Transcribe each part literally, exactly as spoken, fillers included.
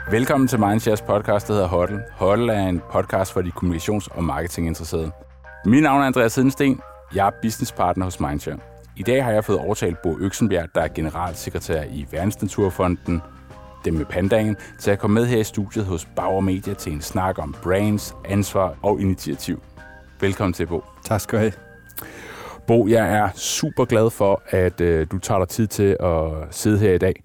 Velkommen til Mindshares podcast, der hedder Huddle. Huddle er en podcast for de kommunikations- og marketinginteresserede. Mit navn er Andreas Hedensten. Jeg er businesspartner hos Mindshare. I dag har jeg fået overtalt Bo Øksenbjerg, der er generalsekretær i Verdensnaturfonden, dem med pandaen, til at komme med her i studiet hos Bauer Media til en snak om brands, ansvar og initiativ. Velkommen til, Bo. Tak skal du have. Bo, jeg er super glad for, at øh, du tager dig tid til at sidde her i dag.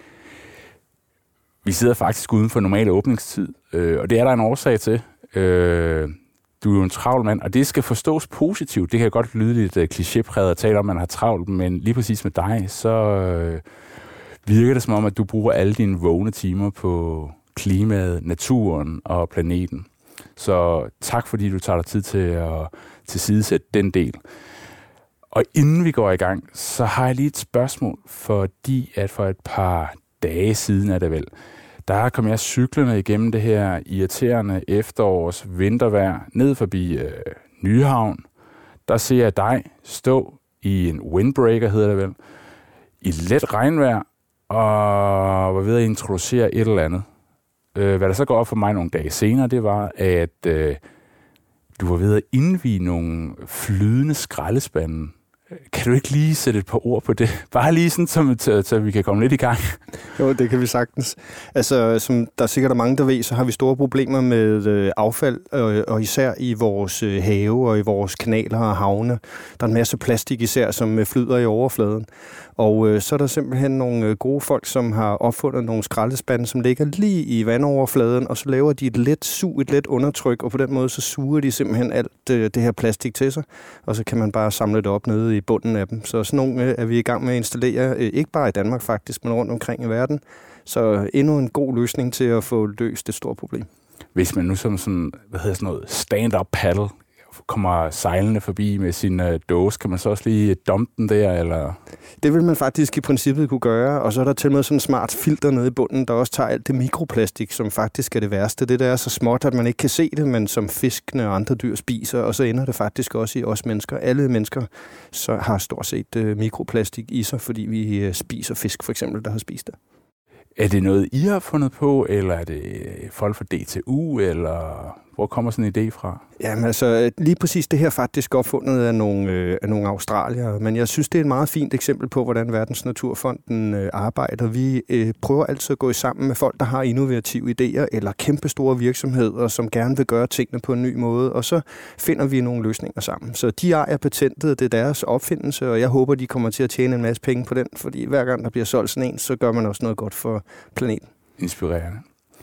Vi sidder faktisk uden for normal åbningstid, øh, og det er der en årsag til. Øh, du er jo en travl mand, og det skal forstås positivt. Det kan godt lyde lidt uh, klichépræget at tale om, at man har travlt, men lige præcis med dig, så øh, virker det som om, at du bruger alle dine vågne timer på klimaet, naturen og planeten. Så tak, fordi du tager dig tid til at tilsidesætte den del. Og inden vi går i gang, så har jeg lige et spørgsmål, fordi at for et par dage siden er det vel, der kom jeg cyklerne igennem det her irriterende efterårs vintervejr ned forbi øh, Nyhavn. Der ser jeg dig stå i en windbreaker, hedder det vel, i let regnvejr, og var ved at introducere et eller andet. Øh, hvad der så går op for mig nogle dage senere, det var, at øh, du var ved at indvie nogle flydende skraldespande. Kan du ikke lige sætte et par ord på det? Bare lige sådan, så, så, så vi kan komme lidt i gang. Jo, det kan vi sagtens. Altså, som der er sikkert mange, der ved, så har vi store problemer med øh, affald, og, og især i vores øh, have og i vores kanaler og havne. Der er en masse plastik især, som øh, flyder i overfladen. Og øh, så er der simpelthen nogle øh, gode folk, som har opfundet nogle skraldespande, som ligger lige i vandoverfladen, og så laver de et let sug, et let undertryk, og på den måde så suger de simpelthen alt øh, det her plastik til sig, og så kan man bare samle det op nede i bunden af dem. Så sådan nogle øh, er vi i gang med at installere, øh, ikke bare i Danmark faktisk, men rundt omkring i verden. Så endnu en god løsning til at få løst et stort problem. Hvis man nu som sådan, hvad hedder sådan noget, stand-up paddle, kommer sejlende forbi med sin øh, dåse, kan man så også lige dumpe den der, eller? Det vil man faktisk i princippet kunne gøre, og så er der til og med sådan en smart filter nede i bunden, der også tager alt det mikroplastik, som faktisk er det værste. Det der er så småt, at man ikke kan se det, men som fiskene og andre dyr spiser, og så ender det faktisk også i os mennesker. Alle mennesker så har stort set øh, mikroplastik i sig, fordi vi øh, spiser fisk, for eksempel, der har spist det. Er det noget, I har fundet på, eller er det folk fra D T U, eller hvor kommer sådan en idé fra? Jamen altså, lige præcis det her faktisk opfundet af nogle, øh, af nogle australiere, men jeg synes, det er et meget fint eksempel på, hvordan Verdensnaturfonden øh, arbejder. Vi øh, prøver altid at gå sammen med folk, der har innovative idéer, eller kæmpestore virksomheder, som gerne vil gøre tingene på en ny måde, og så finder vi nogle løsninger sammen. Så de ejer patentet, det er deres opfindelse, og jeg håber, de kommer til at tjene en masse penge på den, fordi hver gang der bliver solgt sådan en, så gør man også noget godt for planeten. Inspirerende.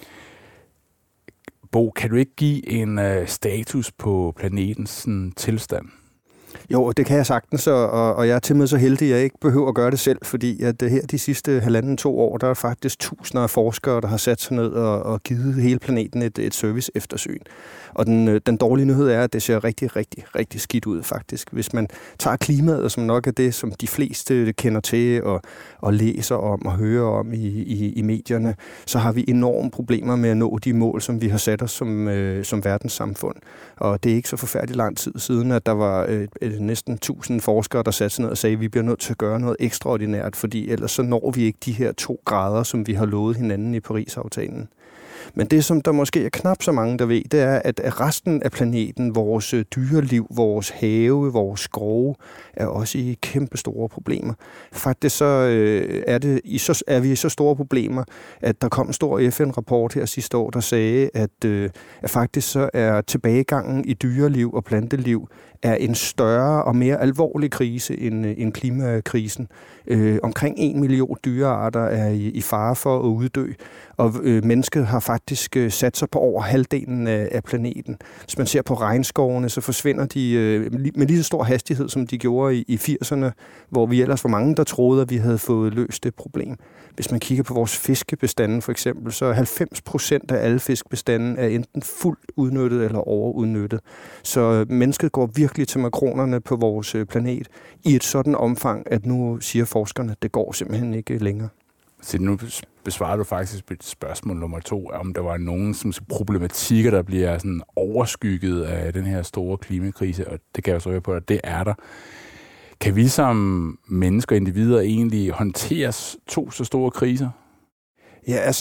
Bo, kan du ikke give en øh, status på planetens sådan, tilstand? Jo, det kan jeg sagtens, og, og jeg er til med så heldig, at jeg ikke behøver at gøre det selv, fordi at her de sidste halvanden to år, der er faktisk tusinder af forskere, der har sat sig ned og, og givet hele planeten et, et service eftersyn. Og den, den dårlige nyhed er, at det ser rigtig, rigtig, rigtig skidt ud faktisk. Hvis man tager klimaet, som nok er det, som de fleste kender til og, og læser om og hører om i, i, i medierne, så har vi enorme problemer med at nå de mål, som vi har sat os som, øh, som verdenssamfund. Og det er ikke så forfærdeligt lang tid siden, at der var øh, øh, næsten tusind forskere, der satte sig ned og sagde, at vi bliver nødt til at gøre noget ekstraordinært, fordi ellers så når vi ikke de her to grader, som vi har lovet hinanden i Paris-aftalen. Men det, som der måske er knap så mange, der ved, det er, at resten af planeten, vores dyreliv, vores have, vores skove, er også i kæmpe store problemer. Faktisk så, øh, er, det, i så er vi i så store problemer, at der kom en stor F N-rapport her sidste år, der sagde, at, øh, at faktisk så er tilbagegangen i dyreliv og planteliv er en større og mere alvorlig krise end, end klimakrisen. Øh, omkring en million dyrearter er i, i fare for at uddø, og øh, mennesket har faktisk øh, sat sig på over halvdelen af, af planeten. Hvis man ser på regnskovene, så forsvinder de øh, med lige så stor hastighed, som de gjorde i, i firserne, hvor vi ellers var mange, der troede, at vi havde fået løst det problem. Hvis man kigger på vores fiskebestanden for eksempel, så er halvfems procent af alle fiskebestanden er enten fuldt udnyttet eller overudnyttet. Så mennesket går virkelig til makronerne på vores planet i et sådan omfang, at nu siger forskerne, at det går simpelthen ikke længere. Så nu besvarer du faktisk et spørgsmål nummer to, om der var nogen som problematikker, der bliver sådan overskygget af den her store klimakrise, og det kan jeg så høre på, at det er der. Kan vi som mennesker og individer egentlig håndtere to så store kriser? Ja, altså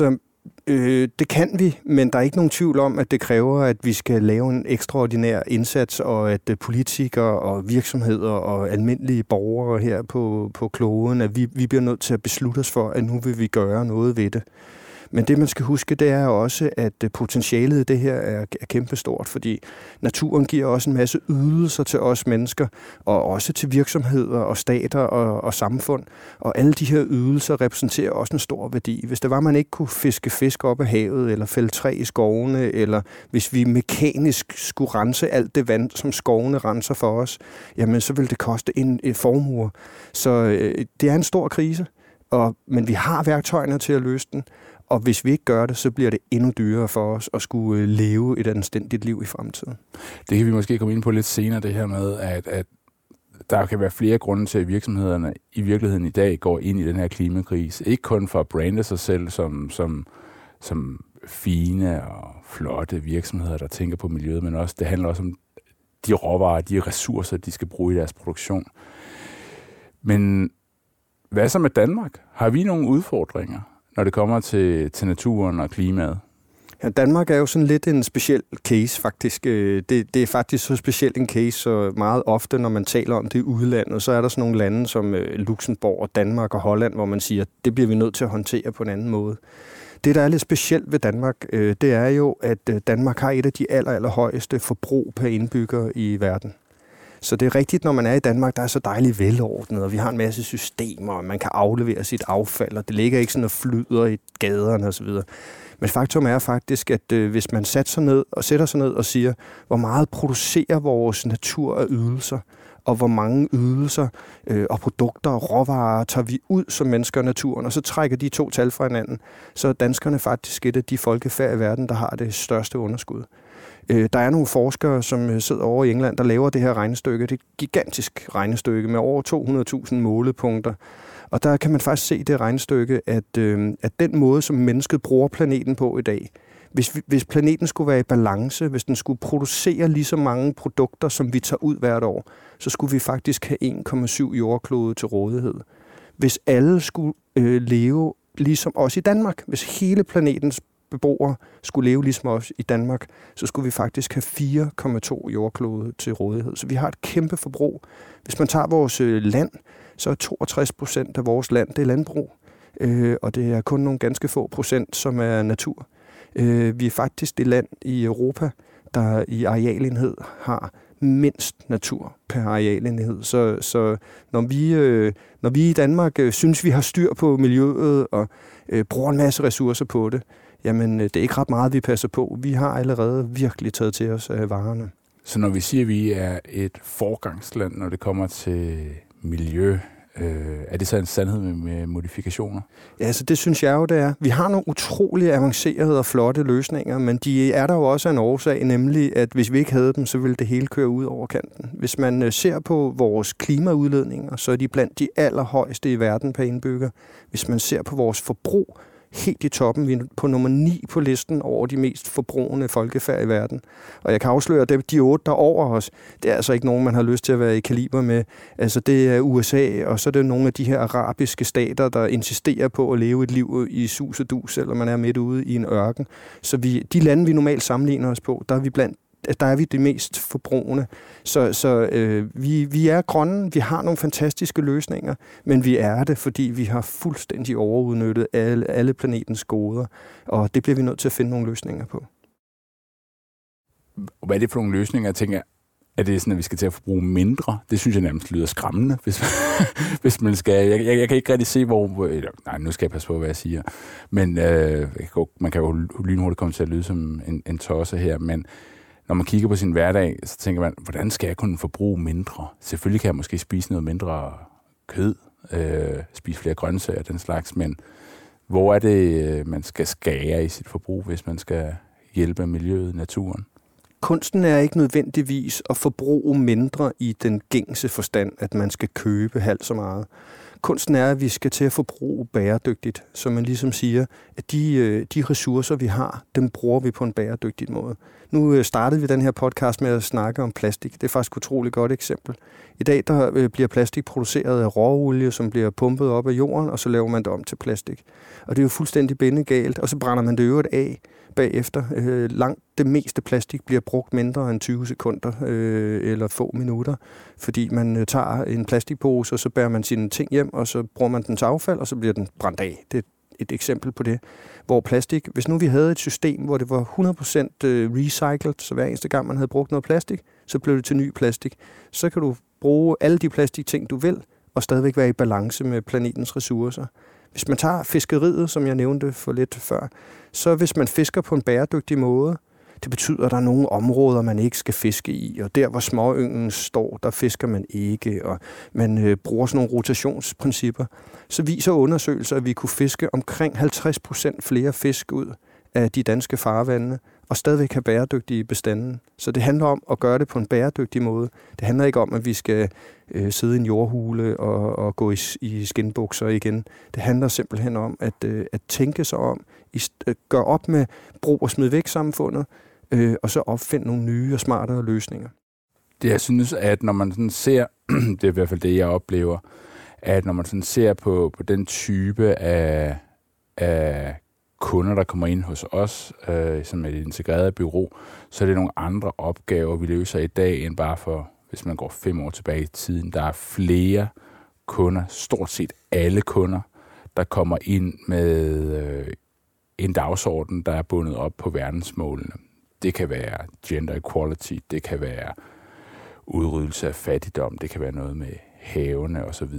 Øh, det kan vi, men der er ikke nogen tvivl om, at det kræver, at vi skal lave en ekstraordinær indsats, og at politikere og virksomheder og almindelige borgere her på, på kloden, at vi, vi bliver nødt til at beslutte os for, at nu vil vi gøre noget ved det. Men det, man skal huske, det er også, at potentialet i det her er, er kæmpestort, fordi naturen giver også en masse ydelser til os mennesker, og også til virksomheder og stater og, og samfund. Og alle de her ydelser repræsenterer også en stor værdi. Hvis det var, man ikke kunne fiske fisk op af havet, eller fælde træ i skovene, eller hvis vi mekanisk skulle rense alt det vand, som skovene renser for os, jamen så ville det koste en, en formue. Så øh, det er en stor krise, og, men vi har værktøjerne til at løse den. Og hvis vi ikke gør det, så bliver det endnu dyrere for os at skulle leve et anstændigt liv i fremtiden. Det kan vi måske komme ind på lidt senere, det her med, at, at der kan være flere grunde til, at virksomhederne i virkeligheden i dag går ind i den her klimakrise. Ikke kun for at brande sig selv som, som, som fine og flotte virksomheder, der tænker på miljøet, men også det handler også om de råvarer, de ressourcer, de skal bruge i deres produktion. Men hvad så med Danmark? Har vi nogle udfordringer, når det kommer til, til naturen og klimaet? Ja, Danmark er jo sådan lidt en speciel case, faktisk. Det, det er faktisk så specielt en case, så meget ofte, når man taler om det i udlandet, så er der sådan nogle lande som Luxembourg og Danmark og Holland, hvor man siger, at det bliver vi nødt til at håndtere på en anden måde. Det, der er lidt specielt ved Danmark, det er jo, at Danmark har et af de aller, aller højeste forbrug per indbygger i verden. Så det er rigtigt, når man er i Danmark, der er så dejligt velordnet, og vi har en masse systemer, og man kan aflevere sit affald, og det ligger ikke sådan og flyder i gaderne osv. Men faktum er faktisk, at øh, hvis man sætter sig ned og sætter sig ned og siger, hvor meget producerer vores natur af ydelser, og hvor mange ydelser øh, og produkter og råvarer tager vi ud som mennesker og naturen, og så trækker de to tal fra hinanden, så er danskerne faktisk et af de folkefærd i verden, der har det største underskud. Der er nogle forskere, som sidder over i England, der laver det her regnestykke. Det er et gigantisk regnestykke med over to hundrede tusind målepunkter. Og der kan man faktisk se det regnestykke, at, øh, at den måde, som mennesket bruger planeten på i dag, hvis, vi, hvis planeten skulle være i balance, hvis den skulle producere lige så mange produkter, som vi tager ud hvert år, så skulle vi faktisk have en komma syv jordklode til rådighed. Hvis alle skulle øh, leve ligesom os i Danmark, hvis hele planetens beboere skulle leve ligesom os i Danmark, så skulle vi faktisk have fire komma to jordklode til rådighed. Så vi har et kæmpe forbrug. Hvis man tager vores land, så er toogtres procent af vores land, det er landbrug. Øh, og det er kun nogle ganske få procent, som er natur. Øh, vi er faktisk det land i Europa, der i arealenhed har mindst natur per arealenhed. Så, så når, vi, øh, når vi i Danmark øh, synes, vi har styr på miljøet og øh, bruger en masse ressourcer på det, jamen det er ikke ret meget, vi passer på. Vi har allerede virkelig taget til os af varerne. Så når vi siger, at vi er et forgangsland, når det kommer til miljø, øh, er det så en sandhed med, med modifikationer? Ja, altså det synes jeg jo, det er. Vi har nogle utrolig avancerede og flotte løsninger, men de er der jo også en årsag, nemlig at hvis vi ikke havde dem, så ville det hele køre ud over kanten. Hvis man ser på vores klimaudledninger, så er de blandt de allerhøjeste i verden per indbygger. Hvis man ser på vores forbrug, helt i toppen. Vi er på nummer ni på listen over de mest forbrugende folkefærd i verden. Og jeg kan afsløre, at de otte, der over os, det er altså ikke nogen, man har lyst til at være i kaliber med. Altså det er U S A, og så er det nogle af de her arabiske stater, der insisterer på at leve et liv i sus og dus, selvom man er midt ude i en ørken. Så vi, de lande, vi normalt sammenligner os på, der er vi blandt der er vi det mest forbrugende. Så, så øh, vi, vi er grønne, vi har nogle fantastiske løsninger, men vi er det, fordi vi har fuldstændig overudnyttet alle, alle planetens goder, og det bliver vi nødt til at finde nogle løsninger på. Hvad er det for nogle løsninger? Jeg tænker, er det sådan, at vi skal til at forbruge mindre? Det synes jeg nærmest lyder skræmmende, hvis, hvis man skal. Jeg, jeg, jeg kan ikke rigtig se, hvor... Eller, nej, nu skal jeg passe på, hvad jeg siger. Men øh, man kan jo lynhurtigt komme til at lyde som en, en tosse her, men når man kigger på sin hverdag, så tænker man, hvordan skal jeg kunne forbruge mindre? Selvfølgelig kan jeg måske spise noget mindre kød, øh, spise flere grøntsager, den slags, men hvor er det, man skal skære i sit forbrug, hvis man skal hjælpe miljøet, naturen? Kunsten er ikke nødvendigvis at forbruge mindre i den gængse forstand, at man skal købe halvt så meget. Kunsten er, at vi skal til at forbruge bæredygtigt, så man ligesom siger, at de, de ressourcer, vi har, dem bruger vi på en bæredygtig måde. Nu startede vi den her podcast med at snakke om plastik. Det er faktisk et utroligt godt eksempel. I dag der bliver plastik produceret af råolie, som bliver pumpet op af jorden, og så laver man det om til plastik. Og det er jo fuldstændig bindegalt, og så brænder man det øvrigt af bagefter. Øh, langt det meste plastik bliver brugt mindre end tyve sekunder øh, eller få minutter, fordi man øh, tager en plastikpose, og så bærer man sine ting hjem, og så bruger man den til affald, og så bliver den brændt af. Det er et eksempel på det, hvor plastik, hvis nu vi havde et system, hvor det var hundrede procent recycled, så hver eneste gang man havde brugt noget plastik, så blev det til ny plastik, så kan du bruge alle de plastikting, du vil, og stadigvæk være i balance med planetens ressourcer. Hvis man tager fiskeriet, som jeg nævnte for lidt før, så hvis man fisker på en bæredygtig måde, det betyder, at der er nogle områder, man ikke skal fiske i, og der, hvor småyngen står, der fisker man ikke, og man øh, bruger sådan nogle rotationsprincipper. Så viser undersøgelser, at vi kunne fiske omkring halvtreds procent flere fisk ud af de danske farvande, og stadigvæk have bæredygtige bestande. Så det handler om at gøre det på en bæredygtig måde. Det handler ikke om, at vi skal øh, sidde i en jordhule og, og gå i, i skinbukser igen. Det handler simpelthen om at, øh, at tænke sig om, i, øh, gøre op med brug og smid væk samfundet, øh, og så opfinde nogle nye og smartere løsninger. Det jeg synes, at når man sådan ser, det er i hvert fald det, jeg oplever, at når man sådan ser på, på den type af, af kunder, der kommer ind hos os, øh, som et integreret bureau, så er det nogle andre opgaver, vi løser i dag, end bare for, hvis man går fem år tilbage i tiden. Der er flere kunder, stort set alle kunder, der kommer ind med øh, en dagsorden, der er bundet op på verdensmålene. Det kan være gender equality, det kan være udryddelse af fattigdom, det kan være noget med havene osv.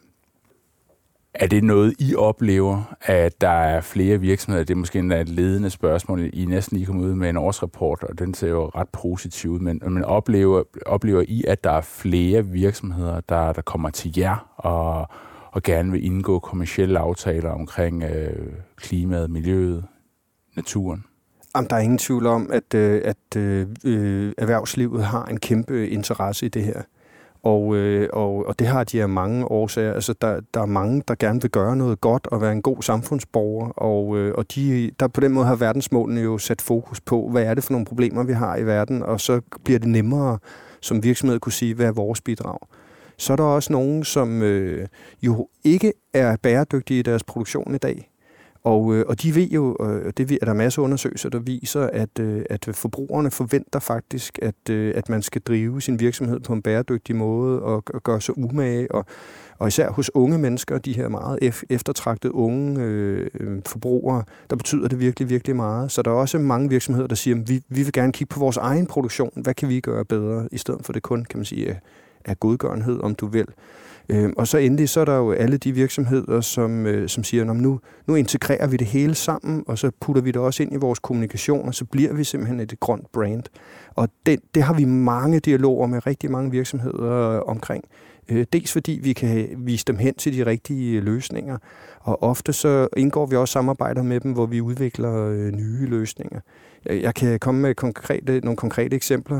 Er det noget, I oplever, at der er flere virksomheder? Det er måske et ledende spørgsmål. I næsten lige kommet ud med en årsrapport, og den ser jo ret positiv ud. Men, men oplever, oplever I, at der er flere virksomheder, der, der kommer til jer og, og gerne vil indgå kommercielle aftaler omkring øh, klimaet, miljøet, naturen? Jamen, der er ingen tvivl om, at, øh, at øh, erhvervslivet har en kæmpe interesse i det her. Og, øh, og, og det har de af mange årsager. Altså, der, der er mange, der gerne vil gøre noget godt og være en god samfundsborger. Og, øh, og de, der på den måde har verdensmålene jo sat fokus på, hvad er det for nogle problemer, vi har i verden. Og så bliver det nemmere som virksomhed kunne sige, hvad er vores bidrag. Så er der også nogen, som øh, jo ikke er bæredygtige i deres produktion i dag. Og, øh, og de ved jo, øh, det er der masser af undersøgelser, der viser, at, øh, at forbrugerne forventer faktisk, at, øh, at man skal drive sin virksomhed på en bæredygtig måde og, og gøre sig umage. Og, og især hos unge mennesker, de her meget ef- eftertragtede unge øh, forbrugere, der betyder det virkelig, virkelig meget. Så der er også mange virksomheder, der siger, at vi, vi vil gerne kigge på vores egen produktion. Hvad kan vi gøre bedre, i stedet for det kun, kan man sige, er, er godgørenhed, om du vil. Øh, og så endelig, så er der jo alle de virksomheder, som, øh, som siger, nu, nu integrerer vi det hele sammen, og så putter vi det også ind i vores kommunikation, og så bliver vi simpelthen et grønt brand. Og det, det har vi mange dialoger med rigtig mange virksomheder omkring. Øh, dels fordi vi kan vise dem hen til de rigtige løsninger, og ofte så indgår vi også samarbejder med dem, hvor vi udvikler øh, nye løsninger. Jeg, jeg kan komme med konkrete, nogle konkrete eksempler.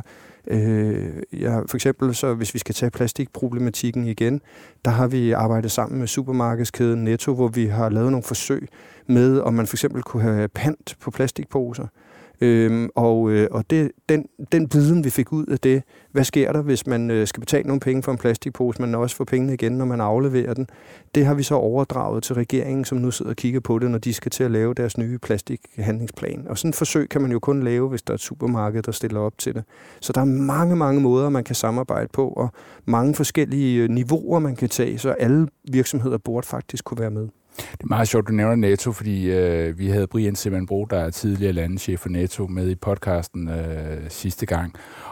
Øh, ja, for eksempel, så hvis vi skal tage plastikproblematikken igen, der har vi arbejdet sammen med supermarkedskæden Netto, hvor vi har lavet nogle forsøg med, om man for eksempel kunne have pant på plastikposer. Øhm, og øh, og det, den, den viden, vi fik ud af det, hvad sker der, hvis man øh, skal betale nogle penge for en plastikpose, men også får pengene igen, når man afleverer den, det har vi så overdraget til regeringen, som nu sidder og kigger på det, når de skal til at lave deres nye plastikhandlingsplan. Og sådan et forsøg kan man jo kun lave, hvis der er et supermarked, der stiller op til det. Så der er mange, mange måder, man kan samarbejde på, og mange forskellige niveauer, man kan tage, så alle virksomheder burde faktisk kunne være med. Det er meget sjovt, du nævner Netto, fordi øh, vi havde Brian Simmenbro, der er tidligere landeschef for Netto, med i podcasten øh, sidste gang.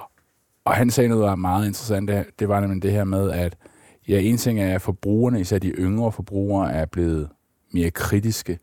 Og han sagde noget, der var meget interessant. Det var nemlig det her med, at ja, en ting er, at forbrugerne, især de yngre forbrugere, er blevet mere kritiske.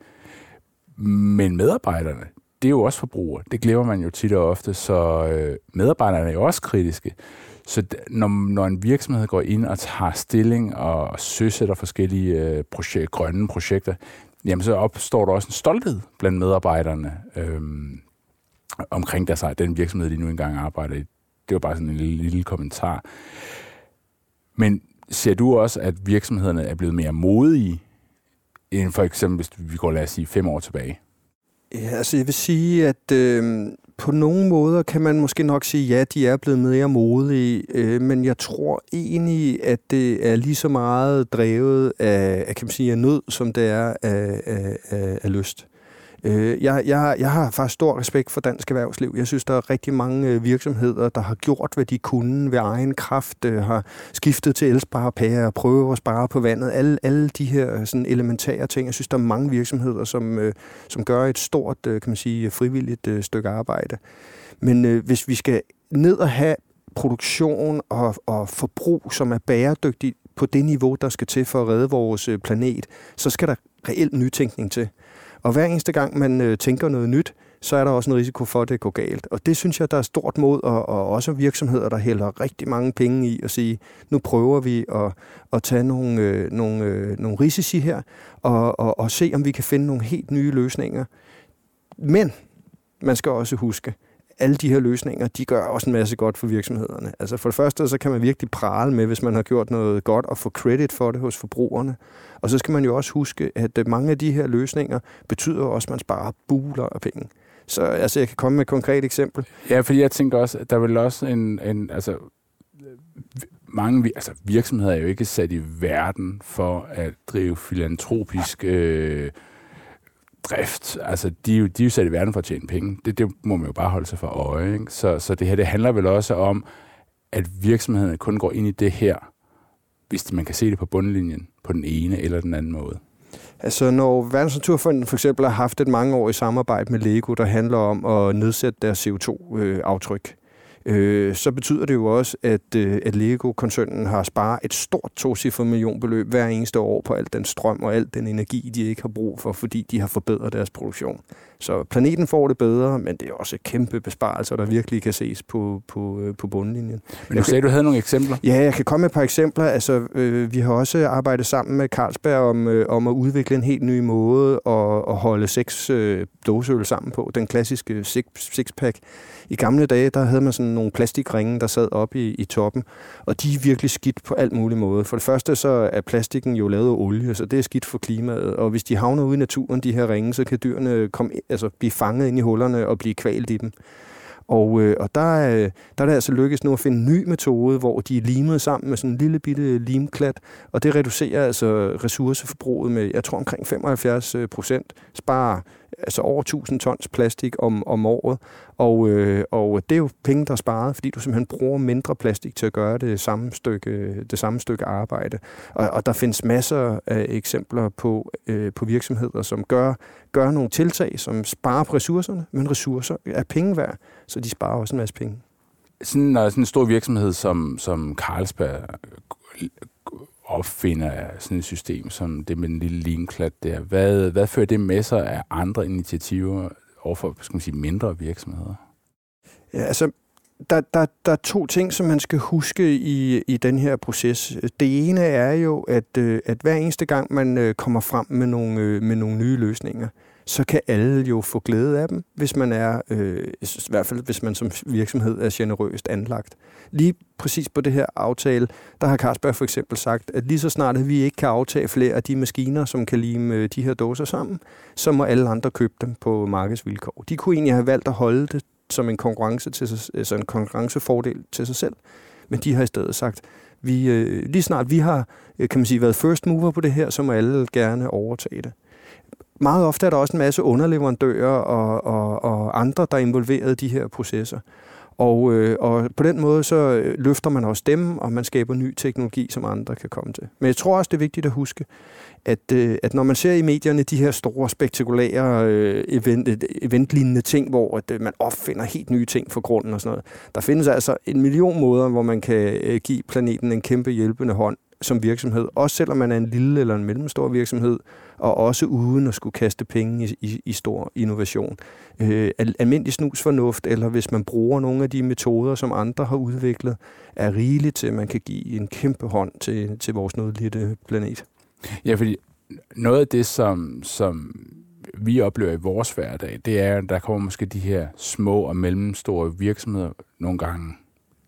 Men medarbejderne, det er jo også forbrugere. Det glemmer man jo tit og ofte, så øh, medarbejderne er jo også kritiske. Så når, når en virksomhed går ind og tager stilling og søsætter forskellige øh, projek- grønne projekter, jamen så opstår der også en stolthed blandt medarbejderne øh, omkring deres, den virksomhed, de nu engang arbejder i. Det var bare sådan en lille, lille kommentar. Men ser du også, at virksomhederne er blevet mere modige, end for eksempel, hvis vi går, lad os sige, fem år tilbage? Ja, altså jeg vil sige, at øh, på nogle måder kan man måske nok sige, ja, de er blevet mere modige, øh, men jeg tror egentlig, at det er lige så meget drevet af, af kan man sige, af nød, som det er af, af, af, af lyst. Øh, jeg, jeg, jeg har faktisk stor respekt for dansk erhvervsliv. Jeg synes, der er rigtig mange virksomheder, der har gjort, hvad de kunne ved egen kraft, øh, har skiftet til elsparepærer og prøvet at spare på vandet. Alle, alle de her sådan elementære ting. Jeg synes, der er mange virksomheder, som, øh, som gør et stort, øh, kan man sige, frivilligt øh, stykke arbejde. Men øh, hvis vi skal ned og have produktion og, og forbrug, som er bæredygtigt på det niveau, der skal til for at redde vores planet, så skal der reelt nytænkning til. Og hver eneste gang, man øh, tænker noget nyt, så er der også en risiko for, at det går galt. Og det synes jeg, der er stort mod, og, og også virksomheder, der hælder rigtig mange penge i at sige, nu prøver vi at, at tage nogle, øh, nogle, øh, nogle risici her, og, og, og se, om vi kan finde nogle helt nye løsninger. Men man skal også huske, alle de her løsninger, de gør også en masse godt for virksomhederne. Altså for det første, så kan man virkelig prale med, hvis man har gjort noget godt, og få credit for det hos forbrugerne. Og så skal man jo også huske, at mange af de her løsninger betyder også, at man sparer buler af penge. Så altså, jeg kan komme med et konkret eksempel. Ja, fordi jeg tænker også, at der vil også en, en altså, mange altså, virksomheder er jo ikke sat i verden for at drive filantropisk øh, drift. Altså, de er, jo, de er jo sat i verden for at tjene penge. Det, det må man jo bare holde sig for øje. Ikke? Så, så det her, det handler vel også om, at virksomhederne kun går ind i det her, hvis man kan se det på bundlinjen, på den ene eller den anden måde. Altså, når Verdensnaturfonden for eksempel har haft et mangeårigt samarbejde med Lego, der handler om at nedsætte deres C O to aftryk, øh, så betyder det jo også, at, øh, at Lego-koncernen har sparet et stort tocifret millionbeløb hver eneste år på al den strøm og al den energi, de ikke har brug for, fordi de har forbedret deres produktion. Så planeten får det bedre, men det er også kæmpe besparelser, der virkelig kan ses på, på, på bundlinjen. Men du sagde, at du havde nogle eksempler? Ja, jeg kan komme med et par eksempler. Altså, øh, vi har også arbejdet sammen med Carlsberg om, øh, om at udvikle en helt ny måde at, at holde seks øh, dåseøl sammen på. Den klassiske six, six-pack. I gamle dage, der havde man sådan nogle plastikringe, der sad oppe i, i toppen, og de er virkelig skidt på alt mulig måde. For det første, så er plastikken jo lavet af olie, så det er skidt for klimaet. Og hvis de havner ude i naturen, de her ringe, så kan dyrene komme, altså blive fanget ind i hullerne og blive kvalt i dem. Og, øh, og der, er, der er det altså lykkedes nu at finde en ny metode, hvor de er limet sammen med sådan en lille bitte limklat, og det reducerer altså ressourceforbruget med, jeg tror, omkring femoghalvfjerds procent, sparer altså over tusind tons plastik om, om året, og, øh, og det er jo penge, der er sparet, fordi du simpelthen bruger mindre plastik til at gøre det samme stykke, det samme stykke arbejde. Og, og der findes masser af eksempler på, øh, på virksomheder, som gør, gør nogle tiltag, som sparer på ressourcerne, men ressourcer er penge værd, så de sparer også en masse penge. Sådan, når sådan en stor virksomhed som, som Carlsberg opfinder sådan et system som det med den lille limklat der, hvad, hvad fører det med sig af andre initiativer overfor, skal man sige, mindre virksomheder? Ja, altså, der, der, der er to ting, som man skal huske i, i den her proces. Det ene er jo, at, at hver eneste gang man kommer frem med nogle, med nogle nye løsninger, så kan alle jo få glæde af dem, hvis man er, øh, i hvert fald hvis man som virksomhed er generøst anlagt. Lige præcis på det her aftale, der har Carlsberg for eksempel sagt, at lige så snart at vi ikke kan aftage flere af de maskiner, som kan lime de her dåser sammen, så må alle andre købe dem på markedsvilkår. De kunne egentlig have valgt at holde det som en konkurrence til sig, altså en konkurrencefordel til sig selv, men de har i stedet sagt, vi, øh, lige snart vi har, kan man sige, været first mover på det her, så må alle gerne overtage det. Meget ofte er der også en masse underleverandører og, og, og andre, der er involveret i de her processer. Og, øh, og på den måde så løfter man også dem, og man skaber ny teknologi, som andre kan komme til. Men jeg tror også, det er vigtigt at huske, at, øh, at når man ser i medierne de her store, spektakulære øh, event, eventlignende ting, hvor at, øh, man opfinder helt nye ting for grunden og sådan noget, der findes altså en million måder, hvor man kan øh, give planeten en kæmpe hjælpende hånd som virksomhed, også selvom man er en lille eller en mellemstor virksomhed, og også uden at skulle kaste penge i, i, i stor innovation. Øh, almindelig snusfornuft, eller hvis man bruger nogle af de metoder, som andre har udviklet, er rigeligt til, at man kan give en kæmpe hånd til, til vores nødlidte planet. Ja, fordi noget af det, som, som vi oplever i vores hverdag, det er, at der kommer måske de her små og mellemstore virksomheder nogle gange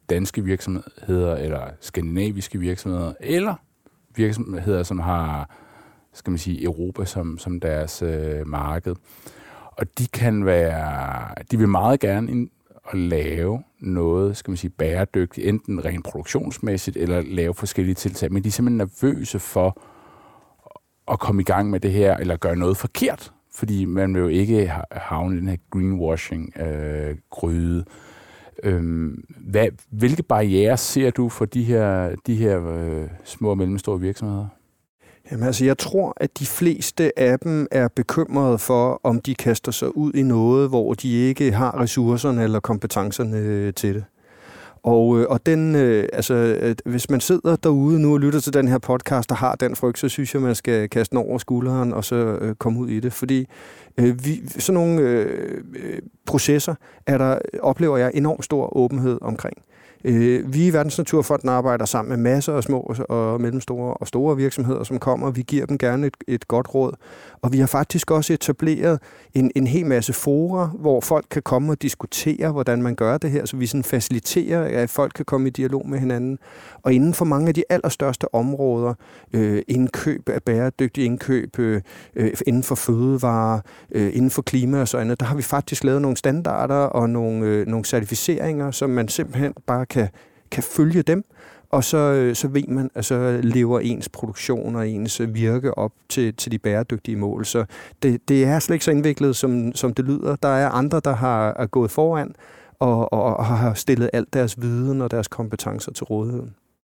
danske virksomheder, eller skandinaviske virksomheder, eller virksomheder, som har, skal man sige, Europa som, som deres øh, marked. Og de kan være, de vil meget gerne ind og lave noget, skal man sige, bæredygtigt, enten rent produktionsmæssigt, eller lave forskellige tiltag, men de er simpelthen nervøse for at komme i gang med det her, eller gøre noget forkert, fordi man vil jo ikke havne i den her greenwashing-gryde. Øh, øhm, hvad, hvilke barrierer ser du for de her, de her øh, små og mellemstore virksomheder? Jamen altså, jeg tror, at de fleste af dem er bekymrede for, om de kaster sig ud i noget, hvor de ikke har ressourcerne eller kompetencerne til det. Og, og den, øh, altså, hvis man sidder derude nu og lytter til den her podcast og har den frygt, så synes jeg, man skal kaste den over skulderen og så øh, komme ud i det. Fordi øh, vi, sådan nogle øh, processer er der, oplever jeg, enormt stor åbenhed omkring. Vi i Verdensnaturfonden arbejder sammen med masser af små og mellemstore og store virksomheder, som kommer. Vi giver dem gerne et, et godt råd. Og vi har faktisk også etableret en, en hel masse fora, hvor folk kan komme og diskutere, hvordan man gør det her. Så vi sådan faciliterer, at folk kan komme i dialog med hinanden. Og inden for mange af de allerstørste områder, øh, indkøb af bæredygtige indkøb, øh, inden for fødevarer, øh, inden for klima og sådan noget, der har vi faktisk lavet nogle standarder og nogle, øh, nogle certificeringer, som man simpelthen bare kan, kan følge dem, og så, så ved man, at så lever ens produktion og ens virke op til, til de bæredygtige mål. Så det, det er slet ikke så indviklet, som, som det lyder. Der er andre, der har er gået foran og, og, og har stillet alt deres viden og deres kompetencer til rådighed.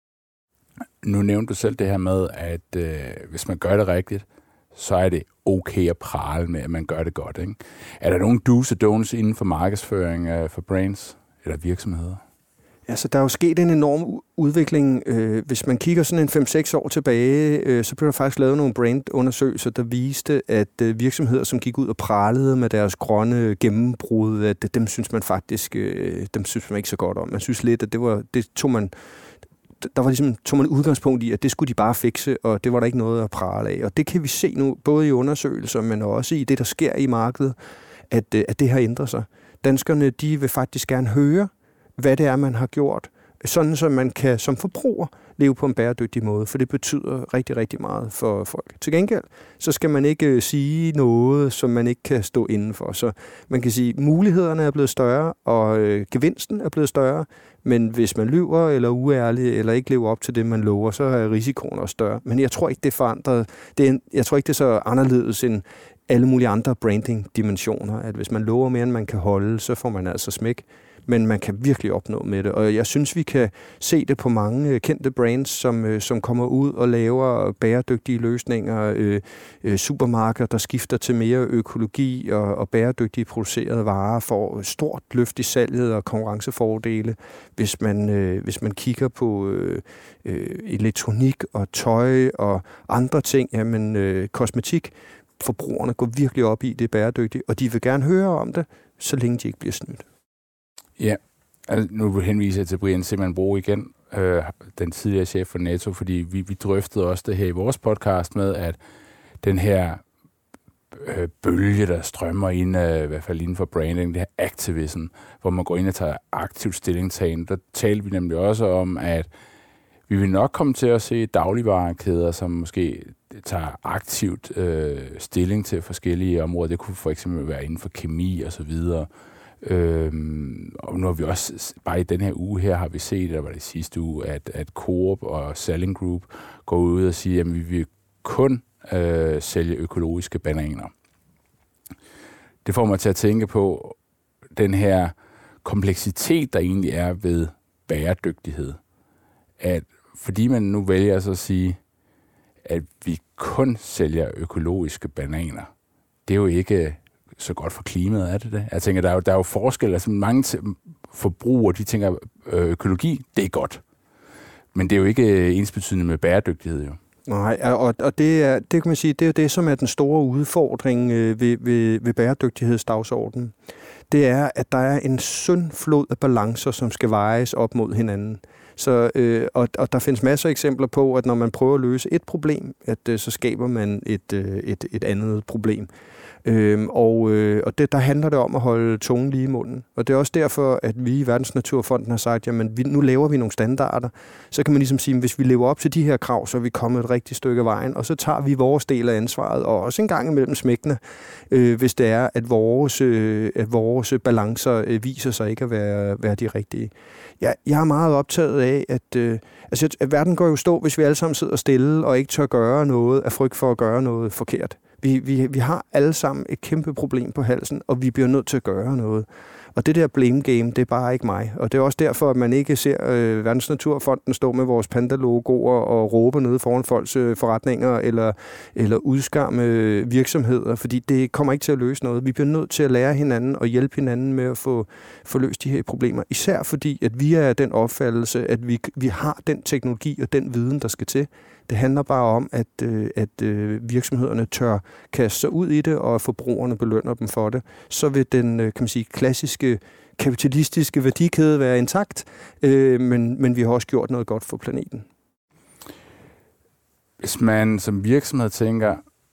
Nu nævnte du selv det her med, at øh, hvis man gør det rigtigt, så er det okay at prale med, at man gør det godt. Ikke? Er der nogle do's og don'ts inden for markedsføring øh, for brands eller virksomheder? Altså, der er jo sket en enorm udvikling. Hvis man kigger sådan en fem seks år tilbage, så blev der faktisk lavet nogle brandundersøgelser, der viste, at virksomheder, som gik ud og pralede med deres grønne gennembrud, at dem synes man faktisk dem synes man ikke så godt om. Man synes lidt, at det var det tog man der var ligesom tog man udgangspunkt i, at det skulle de bare fikse, og det var der ikke noget at prale af. Og det kan vi se nu, både i undersøgelser, men også i det, der sker i markedet, at, at det har ændret sig. Danskerne, de vil faktisk gerne høre, hvad det er, man har gjort, sådan så man kan som forbruger leve på en bæredygtig måde, for det betyder rigtig, rigtig meget for folk. Til gengæld, så skal man ikke sige noget, som man ikke kan stå inden for. Så man kan sige, at mulighederne er blevet større, og øh, gevinsten er blevet større, men hvis man lyver eller er uærlig, eller ikke lever op til det, man lover, så er risikoen også større. Men jeg tror ikke, det er forandret. Det er, jeg tror ikke, det er så anderledes end alle mulige andre branding-dimensioner, at hvis man lover mere, end man kan holde, så får man altså smæk. Men man kan virkelig opnå med det. Og jeg synes, vi kan se det på mange kendte brands, som, som kommer ud og laver bæredygtige løsninger. Øh, øh, supermarkeder, der skifter til mere økologi og, og bæredygtige producerede varer, får stort løft i salget og konkurrencefordele. Hvis man, øh, hvis man kigger på øh, øh, elektronik og tøj og andre ting, jamen øh, kosmetik, forbrugerne går virkelig op i det bæredygtige, og de vil gerne høre om det, så længe de ikke bliver snydt. Ja, altså, nu henviser jeg til Brian Simon Bro igen, øh, den tidligere chef for Netto, fordi vi, vi drøftede også det her i vores podcast med, at den her øh, bølge, der strømmer ind, øh, i hvert fald inden for branding, det her activism, hvor man går ind og tager aktivt stillingtagen, der talte vi nemlig også om, at vi vil nok komme til at se dagligvarekæder, som måske tager aktivt øh, stilling til forskellige områder. Det kunne for eksempel være inden for kemi og så videre. Øhm, og nu har vi også, bare i den her uge her, har vi set, der var det sidste uge, at, at Coop og Salling Group går ud og siger, at vi vil kun øh, sælge økologiske bananer. Det får mig til at tænke på den her kompleksitet, der egentlig er ved bæredygtighed. At fordi man nu vælger så at sige, at vi kun sælger økologiske bananer, det er jo ikke så godt for klimaet, er det det? Jeg tænker, der er jo, der er jo forskel. Altså mange t- forbrugere, de tænker, øh, økologi, det er godt. Men det er jo ikke ensbetydende med bæredygtighed, jo. Nej, og, og det, er, det kan man sige, det er jo det, som er den store udfordring øh, ved, ved, ved bæredygtighedsdagsordenen. Det er, at der er en sund flod af balancer, som skal vejes op mod hinanden. Så, øh, og, og der findes masser af eksempler på, at når man prøver at løse et problem, at øh, så skaber man et, øh, et, et andet problem. Øhm, og øh, og det, der handler det om at holde tungen lige i munden. Og det er også derfor, at vi i Verdensnaturfonden har sagt, jamen vi, nu laver vi nogle standarder. Så kan man ligesom sige, at hvis vi lever op til de her krav, så er vi kommet et rigtigt stykke af vejen, og så tager vi vores del af ansvaret, og også en gang imellem smækkene, øh, hvis det er, at vores, øh, at vores balancer øh, viser sig ikke at være, være de rigtige. Jeg, jeg er meget optaget af, at, øh, altså, at verden går jo stå, hvis vi alle sammen sidder stille og ikke tør gøre noget af frygt for at gøre noget forkert. Vi, vi, vi har alle sammen et kæmpe problem på halsen, og vi bliver nødt til at gøre noget. Og det der blame game, det er bare ikke mig. Og det er også derfor, at man ikke ser øh, Verdensnaturfonden stå med vores panda-logoer og råbe nede foran folks øh, forretninger eller, eller udskamme virksomheder, fordi det kommer ikke til at løse noget. Vi bliver nødt til at lære hinanden og hjælpe hinanden med at få, få løst de her problemer. Især fordi, at vi er den opfattelse, at vi, vi har den teknologi og den viden, der skal til. Det handler bare om, at, øh, at øh, virksomhederne tør kaste sig ud i det, og forbrugerne belønner dem for det. Så vil den øh, kan man sige, klassiske kapitalistiske værdikæde være intakt, øh, men, men vi har også gjort noget godt for planeten. Hvis man som virksomhed tænker,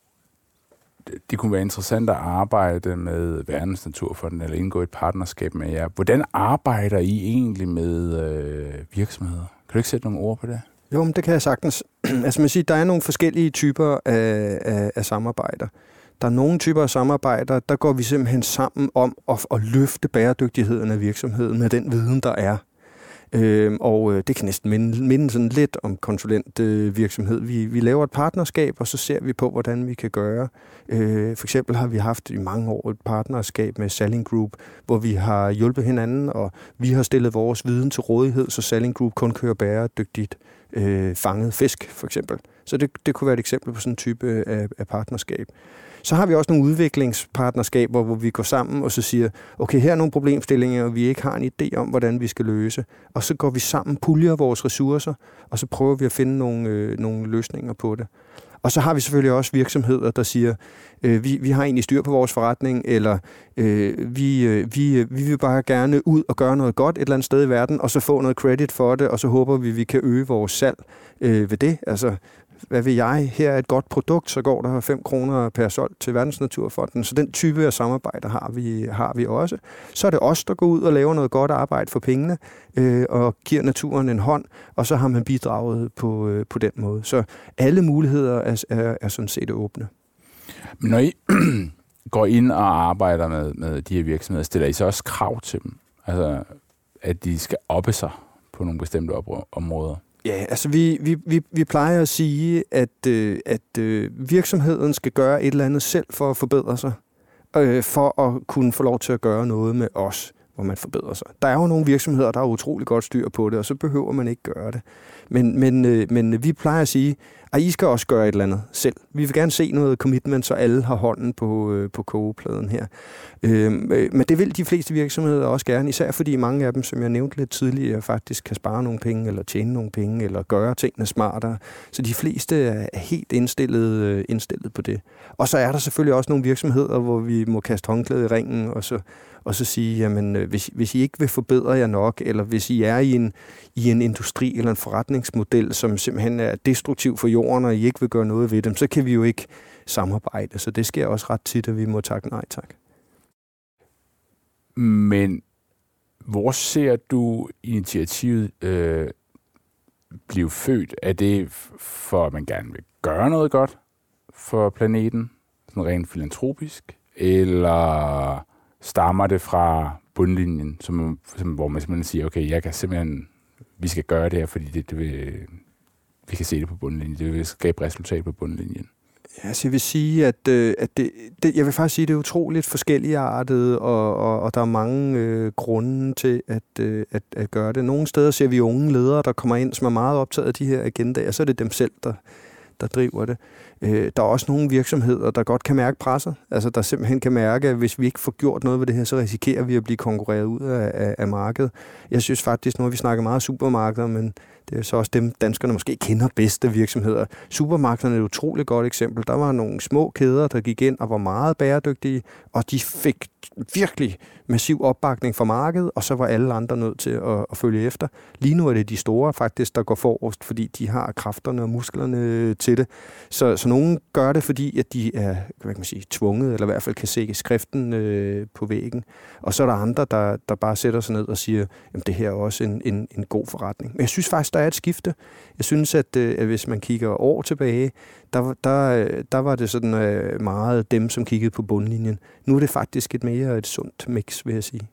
det, det kunne være interessant at arbejde med Verdensnaturfonden eller indgå et partnerskab med jer, hvordan arbejder I egentlig med øh, virksomheder? Kan du ikke sætte nogle ord på det? Jo, men det kan jeg sagtens. Altså man siger, der er nogle forskellige typer af, af, af samarbejder. Der er nogle typer af samarbejder, der går vi simpelthen sammen om at, at løfte bæredygtigheden af virksomheden med den viden, der er. Øhm, og det kan næsten minde, minde sådan lidt om konsulentvirksomhed. Øh, vi, vi laver et partnerskab, og så ser vi på, hvordan vi kan gøre. Øh, for eksempel har vi haft i mange år et partnerskab med Salling Group, hvor vi har hjulpet hinanden, og vi har stillet vores viden til rådighed, så Salling Group kun kører bæredygtigt øh, fanget fisk, for eksempel. Så det, det kunne være et eksempel på sådan en type af, af partnerskab. Så har vi også nogle udviklingspartnerskaber, hvor vi går sammen og så siger, okay, her er nogle problemstillinger, og vi ikke har en idé om, hvordan vi skal løse. Og så går vi sammen, puljer vores ressourcer, og så prøver vi at finde nogle, øh, nogle løsninger på det. Og så har vi selvfølgelig også virksomheder, der siger, øh, vi, vi har egentlig styr på vores forretning, eller øh, vi, øh, vi, vi vil bare gerne ud og gøre noget godt et eller andet sted i verden, og så få noget credit for det, og så håber vi, vi kan øge vores salg øh, ved det. Altså, hvad vil jeg? Her er et godt produkt, så går der fem kroner per solgt til Verdensnaturfonden. Så den type af samarbejder har vi, har vi også. Så er det os, der går ud og laver noget godt arbejde for pengene, øh, og giver naturen en hånd, og så har man bidraget på, øh, på den måde. Så alle muligheder er, er, er sådan set åbne. Men når I går ind og arbejder med, med de her virksomheder, stiller I så også krav til dem? Altså, at de skal oppe sig på nogle bestemte områder? Ja, altså vi, vi, vi, vi plejer at sige, at, øh, at øh, virksomheden skal gøre et eller andet selv for at forbedre sig, øh, for at kunne få lov til at gøre noget med os, hvor man forbedrer sig. Der er jo nogle virksomheder, der har utrolig godt styr på det, og så behøver man ikke gøre det. Men, men, øh, men vi plejer at sige, at I skal også gøre et eller andet selv. Vi vil gerne se noget commitment, så alle har hånden på, øh, på kogepladen her. Øh, men det vil de fleste virksomheder også gerne, især fordi mange af dem, som jeg nævnte lidt tidligere, faktisk kan spare nogle penge, eller tjene nogle penge, eller gøre tingene smartere. Så de fleste er helt indstillet, indstillet på det. Og så er der selvfølgelig også nogle virksomheder, hvor vi må kaste håndklædet i ringen, og så, og så sige, jamen hvis, hvis I ikke vil forbedre jer nok, eller hvis I er i en, i en industri eller en forretningsmodel, som simpelthen er destruktiv for jorden, og I ikke vil gøre noget ved dem, så kan vi jo ikke samarbejde. Så det sker også ret tit, at vi må takke nej tak. Men hvor ser du initiativet øh, blive født? Er det for, at man gerne vil gøre noget godt for planeten, sådan rent filantropisk, eller stammer det fra bundlinjen, som, som, hvor man simpelthen siger, okay, jeg kan simpelthen, vi skal gøre det her, fordi det, det vil, vi kan se det på bundlinjen, det vil skabe resultat på bundlinjen? Ja, så jeg vil sige, at, øh, at det, det, jeg vil faktisk sige, at det er utroligt forskelligartet, og, og, og der er mange øh, grunde til at, øh, at, at gøre det. Nogle steder ser vi unge ledere, der kommer ind, som er meget optaget af de her agendaer, så er det dem selv, der, der driver det. Øh, der er også nogle virksomheder, der godt kan mærke presset, altså der simpelthen kan mærke, at hvis vi ikke får gjort noget ved det her, så risikerer vi at blive konkurreret ud af, af, af markedet. Jeg synes faktisk, nu har vi snakket meget supermarkeder, men Det er så også dem, danskerne måske kender bedste virksomheder. Supermarkederne er et utroligt godt eksempel. Der var nogle små kæder, der gik ind og var meget bæredygtige, og de fik virkelig massiv opbakning fra markedet, og så var alle andre nødt til at, at følge efter. Lige nu er det de store faktisk, der går forrest, fordi de har kræfterne og musklerne til det. Så, så nogen gør det, fordi at de er hvad kan man sige, tvunget, eller i hvert fald kan se skriften øh, på væggen. Og så er der andre, der, der bare sætter sig ned og siger, jamen det her er også en, en, en god forretning. Men jeg synes faktisk, der er et skifte. Jeg synes, at, øh, at hvis man kigger år tilbage, der, der, der var det sådan øh, meget dem, som kiggede på bundlinjen. Nu er det faktisk et mere et sundt mix, vil jeg sige.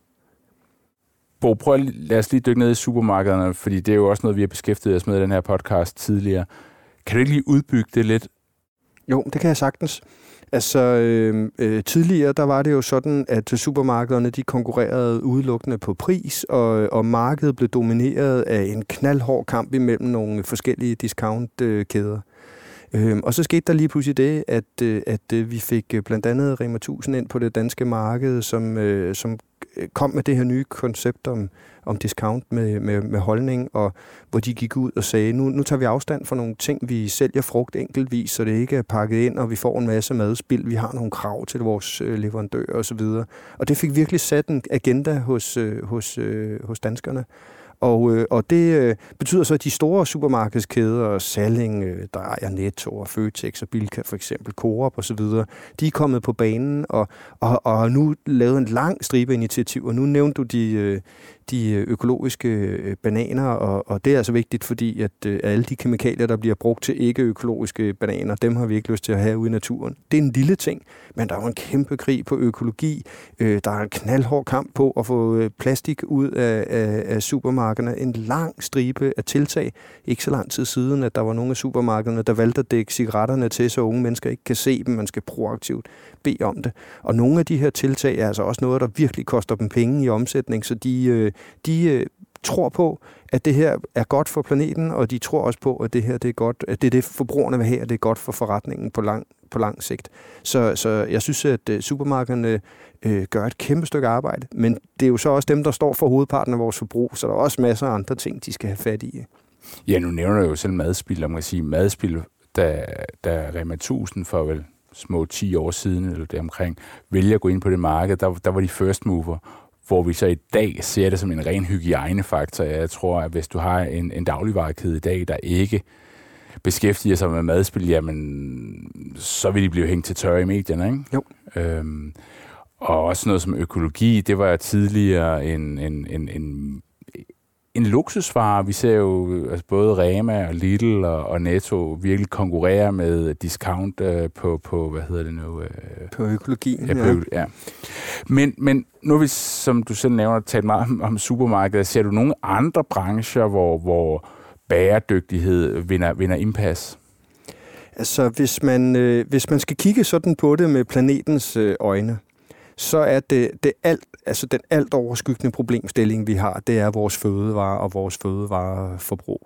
Bo, prøv at lad os lige dykke ned i supermarkederne, fordi det er jo også noget, vi har beskæftiget os med i den her podcast tidligere. Kan du ikke lige udbygge det lidt? Jo, det kan jeg sagtens. Altså, øh, øh, tidligere, der var det jo sådan, at supermarkederne, de konkurrerede udelukkende på pris, og, og markedet blev domineret af en knaldhård kamp imellem nogle forskellige discountkæder. Øh, og så skete der lige pludselig det, at, at vi fik blandt andet Rema tusind ind på det danske marked, som, øh, som kom med det her nye koncept om, om discount med, med, med holdning, og hvor de gik ud og sagde, nu, nu tager vi afstand fra nogle ting, vi sælger frugt enkeltvis, så det ikke er pakket ind, og vi får en masse madspild, vi har nogle krav til vores øh, leverandører osv. Og det fik virkelig sat en agenda hos, øh, hos, øh, hos danskerne. Og, øh, og det øh, betyder så, at de store supermarkedskæder, Salling, øh, der ejer Netto og Føtex og Bilka for eksempel, Coop og så videre, de er kommet på banen og, og, og har nu lavet en lang stribe initiativer. Nu nævnte du de, øh, de økologiske øh, bananer, og, og det er altså vigtigt, fordi at øh, alle de kemikalier, der bliver brugt til ikke-økologiske bananer, dem har vi ikke lyst til at have ude i naturen. Det er en lille ting, men der er jo en kæmpe krig på økologi. Øh, der er en knaldhård kamp på at få øh, plastik ud af, af, af supermarkederne. En lang stribe af tiltag. Ikke så lang tid siden, at der var nogle af supermarkederne, der valgte at dække cigaretterne til, så unge mennesker ikke kan se dem. Man skal proaktivt bede om det. Og nogle af de her tiltag er altså også noget, der virkelig koster dem penge i omsætning, så de, de tror på, at det her er godt for planeten, og de tror også på, at det her det er godt, at det er det, forbrugerne vil have, og det er godt for forretningen på lang, på lang sigt. Så, så jeg synes, at supermarkederne øh, gør et kæmpe stykke arbejde, men det er jo så også dem, der står for hovedparten af vores forbrug, så der er også masser af andre ting, de skal have fat i. Ja, nu nævner jeg jo selv madspil, og man kan sige, madspil, da, da Rema tusind for vel små ti år siden, eller deromkring, vælger at gå ind på det marked, der, der var de first mover, hvor vi så i dag ser det som en ren hygiejnefaktor. Jeg tror, at hvis du har en, en dagligvarekæde i dag, der ikke beskæftiger sig med madspil, jamen, så vil de blive hængt til tørre i medierne, ikke? Jo. Øhm, og også noget som økologi, det var tidligere en, en, en, en, en luksusvare. Vi ser jo altså både Rema og Lidl og, og Netto virkelig konkurrere med discount øh, på, på, hvad hedder det nu? Øh, på økologien, ja. På, ja. Men, men nu har vi, som du selv nævner, talt meget om, om supermarkedet. Ser du nogle andre brancher, hvor, hvor bæredygtighed vinder, vinder indpas? Altså, hvis man, øh, hvis man skal kigge sådan på det med planetens øh, øjne, så er det, det alt, altså den alt overskyggende problemstilling, vi har, det er vores fødevarer og vores fødevareforbrug.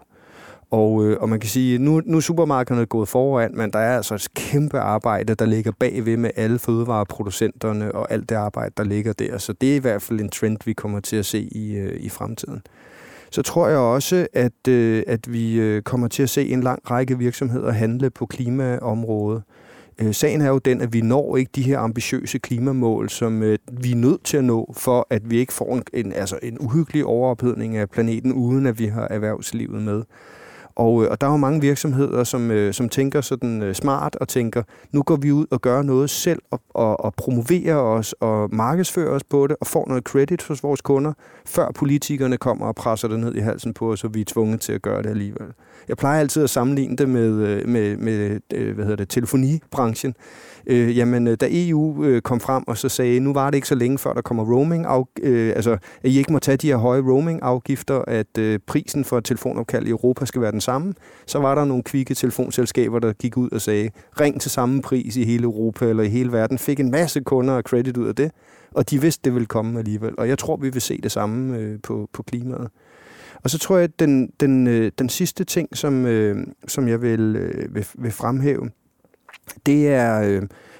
Og, øh, og man kan sige, nu, nu er supermarkederne gået foran, men der er altså et kæmpe arbejde, der ligger bagved med alle fødevareproducenterne og alt det arbejde, der ligger der. Så det er i hvert fald en trend, vi kommer til at se i, øh, i fremtiden. Så tror jeg også, at, øh, at vi øh, kommer til at se en lang række virksomheder handle på klimaområdet. Øh, sagen er jo den, at vi når ikke de her ambitiøse klimamål, som øh, vi er nødt til at nå, for at vi ikke får en, en, altså en uhyggelig overophedning af planeten, uden at vi har erhvervslivet med. Og, og der er jo mange virksomheder, som, øh, som tænker sådan øh, smart og tænker, nu går vi ud og gør noget selv og, og, og promoverer os og markedsfører os på det og får noget credit hos vores kunder, før politikerne kommer og presser det ned i halsen på os, og vi er tvunget til at gøre det alligevel. Jeg plejer altid at sammenligne det med, med, med hvad hedder det, telefonibranchen. Øh, jamen, da E U øh, kom frem og så sagde, nu var det ikke så længe før der kommer roaming, af, øh, altså at I ikke må tage de her høje roaming-afgifter, at øh, prisen for et telefonopkald i Europa skal være den samme, så var der nogle kvikke telefonselskaber, der gik ud og sagde, ring til samme pris i hele Europa eller i hele verden, fik en masse kunder og credit ud af det, og de vidste, det ville komme alligevel. Og jeg tror, vi vil se det samme øh, på, på klimaet. Og så tror jeg, at den, den, øh, den sidste ting, som, øh, som jeg vil, øh, vil, vil fremhæve, det er øh,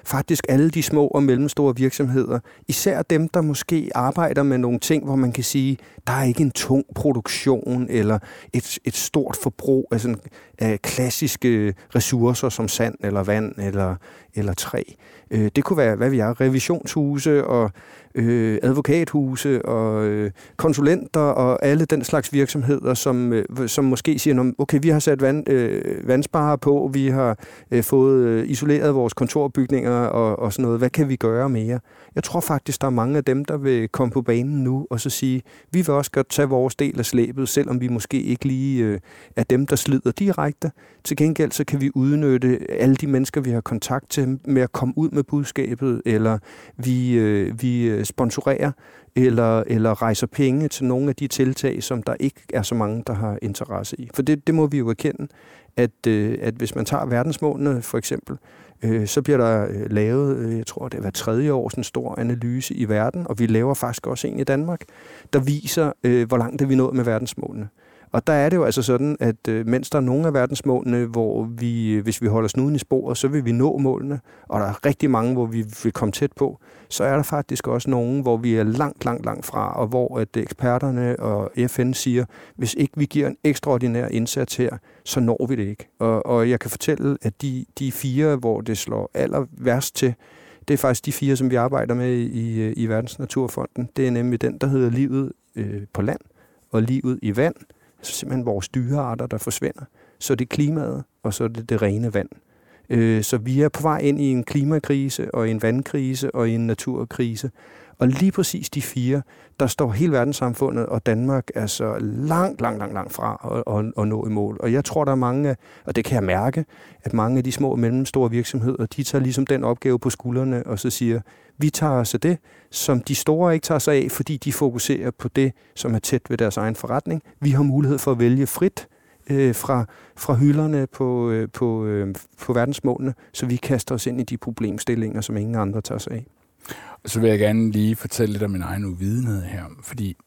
faktisk alle de små og mellemstore virksomheder, især dem, der måske arbejder med nogle ting, hvor man kan sige, der er ikke en tung produktion eller et, et stort forbrug af, sådan, af klassiske ressourcer som sand eller vand eller, eller træ. Øh, det kunne være, hvad vi er, revisionshuse og øh, advokathuse og øh, konsulenter og alle den slags virksomheder, som, øh, som måske siger, okay, vi har sat vand, øh, vandsparer på, vi har øh, fået øh, isoleret vores kontorbygninger og, og sådan noget. Hvad kan vi gøre mere? Jeg tror faktisk, der er mange af dem, der vil komme på banen nu og så sige, vi vil også godt tage vores del af slæbet, selvom vi måske ikke lige øh, er dem, der slider direkte. Til gengæld så kan vi udnytte alle de mennesker, vi har kontakt til, med at komme ud med budskabet, eller vi, øh, vi sponsorerer, eller, eller rejser penge til nogle af de tiltag, som der ikke er så mange, der har interesse i. For det, det må vi jo erkende, at, øh, at hvis man tager verdensmålene for eksempel, øh, så bliver der øh, lavet, øh, jeg tror det er hver tredje år, sådan en stor analyse i verden, og vi laver faktisk også en i Danmark, der viser, øh, hvor langt er vi nået med verdensmålene. Og der er det jo altså sådan, at øh, mens der er nogle af verdensmålene, hvor vi, hvis vi holder snuden i sporet, så vil vi nå målene, og der er rigtig mange, hvor vi vil komme tæt på, så er der faktisk også nogle, hvor vi er langt, langt, langt fra, og hvor at eksperterne og F N siger, hvis ikke vi giver en ekstraordinær indsats her, så når vi det ikke. Og, og jeg kan fortælle, at de, de fire, hvor det slår aller værst til, det er faktisk de fire, som vi arbejder med i, i Verdensnaturfonden. Det er nemlig den, der hedder livet øh, på land og livet i vand. Så simpelthen vores dyrearter, der forsvinder. Så er det klimaet, og så er det det rene vand. Øh, så vi er på vej ind i en klimakrise, og en vandkrise, og en naturkrise. Og lige præcis de fire, der står hele verdenssamfundet og Danmark er så langt, langt, langt, langt fra at, at, at nå i mål. Og jeg tror, der er mange, og det kan jeg mærke, at mange af de små og mellemstore virksomheder, de tager ligesom den opgave på skuldrene, og så siger, vi tager os af det, som de store ikke tager sig af, fordi de fokuserer på det, som er tæt ved deres egen forretning. Vi har mulighed for at vælge frit øh, fra, fra hylderne på, øh, på, øh, på verdensmålene, så vi kaster os ind i de problemstillinger, som ingen andre tager sig af. Så vil jeg gerne lige fortælle lidt om min egen uvidenhed her, fordi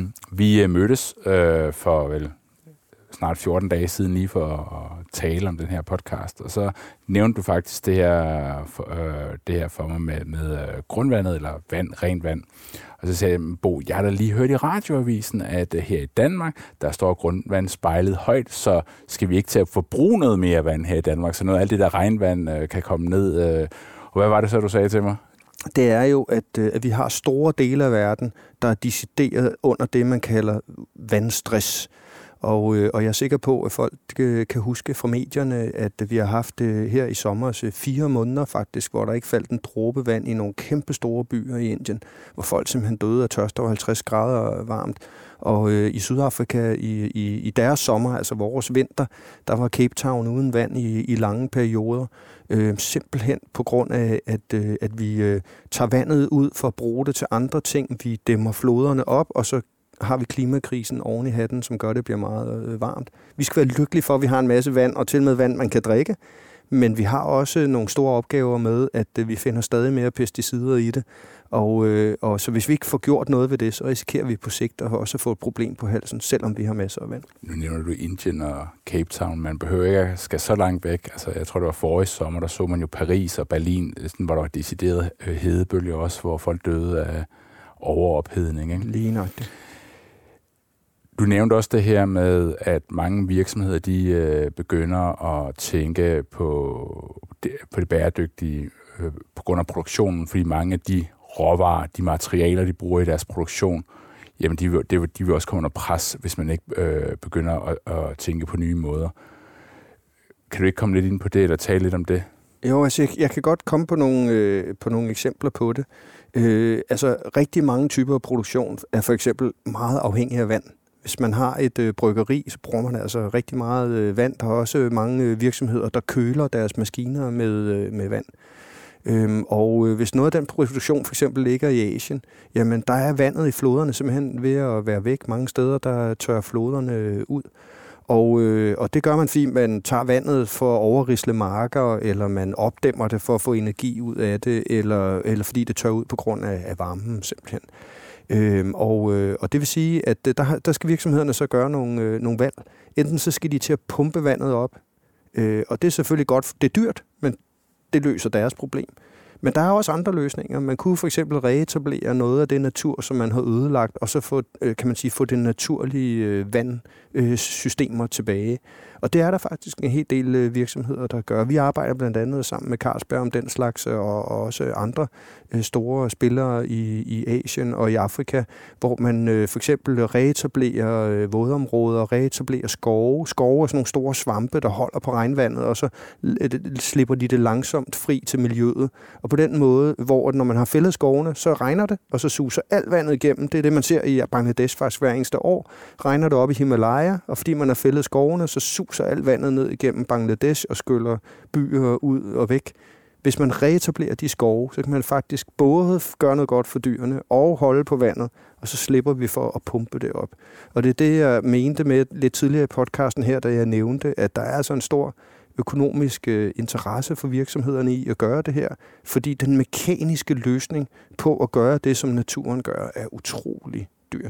vi mødtes øh, for vel snart fjorten dage siden lige for at tale om den her podcast, og så nævnte du faktisk det her for, øh, det her for mig med, med øh, grundvandet, eller vand, rent vand. Og så sagde jeg, Bo, jeg har da lige hørt i radioavisen, at øh, her i Danmark, der står grundvand spejlet højt, så skal vi ikke til at forbruge noget mere vand her i Danmark, så noget af alt det der regnvand øh, kan komme ned. Øh. Og hvad var det så, du sagde til mig? Det er jo, at, at vi har store dele af verden, der er decideret under det, man kalder vandstress. Og, og jeg er sikker på, at folk kan huske fra medierne, at vi har haft her i sommer fire måneder faktisk, hvor der ikke faldt en dråbe vand i nogle kæmpe store byer i Indien, hvor folk simpelthen døde af tørst over halvtreds grader varmt. Og øh, i Sydafrika i, i, i deres sommer, altså vores vinter, der var Cape Town uden vand i, i lange perioder. Øh, simpelthen på grund af, at, øh, at vi øh, tager vandet ud for at bruge det til andre ting. Vi dæmmer floderne op, og så har vi klimakrisen oven i hatten, som gør, det bliver meget øh, varmt. Vi skal være lykkelige for, at vi har en masse vand, og til med vand, man kan drikke. Men vi har også nogle store opgaver med, at øh, vi finder stadig mere pesticider i det. Og, øh, og så hvis vi ikke får gjort noget ved det, så risikerer vi på sigt at også få et problem på halsen, selvom vi har masser af vand. Nu nævner du Indien og Cape Town. Man behøver ikke at skal så langt væk. Altså, jeg tror, det var forrige sommer, der så man jo Paris og Berlin, sådan, hvor der var decideret hedebølger også, hvor folk døde af overophedning. Ikke? Lige nøjagtigt. Du nævnte også det her med, at mange virksomheder de øh, begynder at tænke på det, på det bæredygtige øh, på grund af produktionen, fordi mange af de råvarer, de materialer, de bruger i deres produktion, jamen de vil, det, de vil også komme under pres, hvis man ikke øh, begynder at, at tænke på nye måder. Kan du ikke komme lidt ind på det, eller tale lidt om det? Jo, altså jeg, jeg kan godt komme på nogle, øh, på nogle eksempler på det. Øh, altså rigtig mange typer af produktion er for eksempel meget afhængige af vand. Hvis man har et øh, bryggeri, så bruger man altså rigtig meget øh, vand. Der er også mange øh, virksomheder, der køler deres maskiner med, øh, med vand. Øhm, og øh, hvis noget af den produktion for eksempel ligger i Asien, jamen der er vandet i floderne simpelthen ved at være væk. Mange steder, der tørrer floderne ud. Og, øh, og det gør man, fordi man tager vandet for at overrisle marker, eller man opdæmmer det for at få energi ud af det, eller, eller fordi det tør ud på grund af, af varmen simpelthen. Øhm, og, øh, og det vil sige, at der, der skal virksomhederne så gøre nogle, øh, nogle valg. Enten så skal de til at pumpe vandet op, øh, og det er selvfølgelig godt, det er dyrt, men det løser deres problem. Men der er også andre løsninger. Man kunne for eksempel reetablere noget af det natur, som man har ødelagt, og så få, kan man sige, få det naturlige vandsystemer tilbage. Og det er der faktisk en hel del virksomheder, der gør. Vi arbejder blandt andet sammen med Carlsberg om den slags, og også andre store spillere i, i Asien og i Afrika, hvor man for eksempel reetablerer vådområder, reetablerer skove. Skove er sådan nogle store svampe, der holder på regnvandet, og så slipper de det langsomt fri til miljøet. Og på den måde, hvor når man har fældet skovene, så regner det, og så suser alt vandet igennem. Det er det, man ser i Bangladesh faktisk hver eneste år. Regner det op i Himalaya, og fordi man har fældet skovene, så suser alt vandet ned igennem Bangladesh og skyller byer ud og væk. Hvis man reetablerer de skove, så kan man faktisk både gøre noget godt for dyrene og holde på vandet, og så slipper vi for at pumpe det op. Og det er det, jeg mente med lidt tidligere i podcasten her, da jeg nævnte, at der er altså en stor økonomisk øh, interesse for virksomhederne i at gøre det her, fordi den mekaniske løsning på at gøre det, som naturen gør, er utrolig dyr.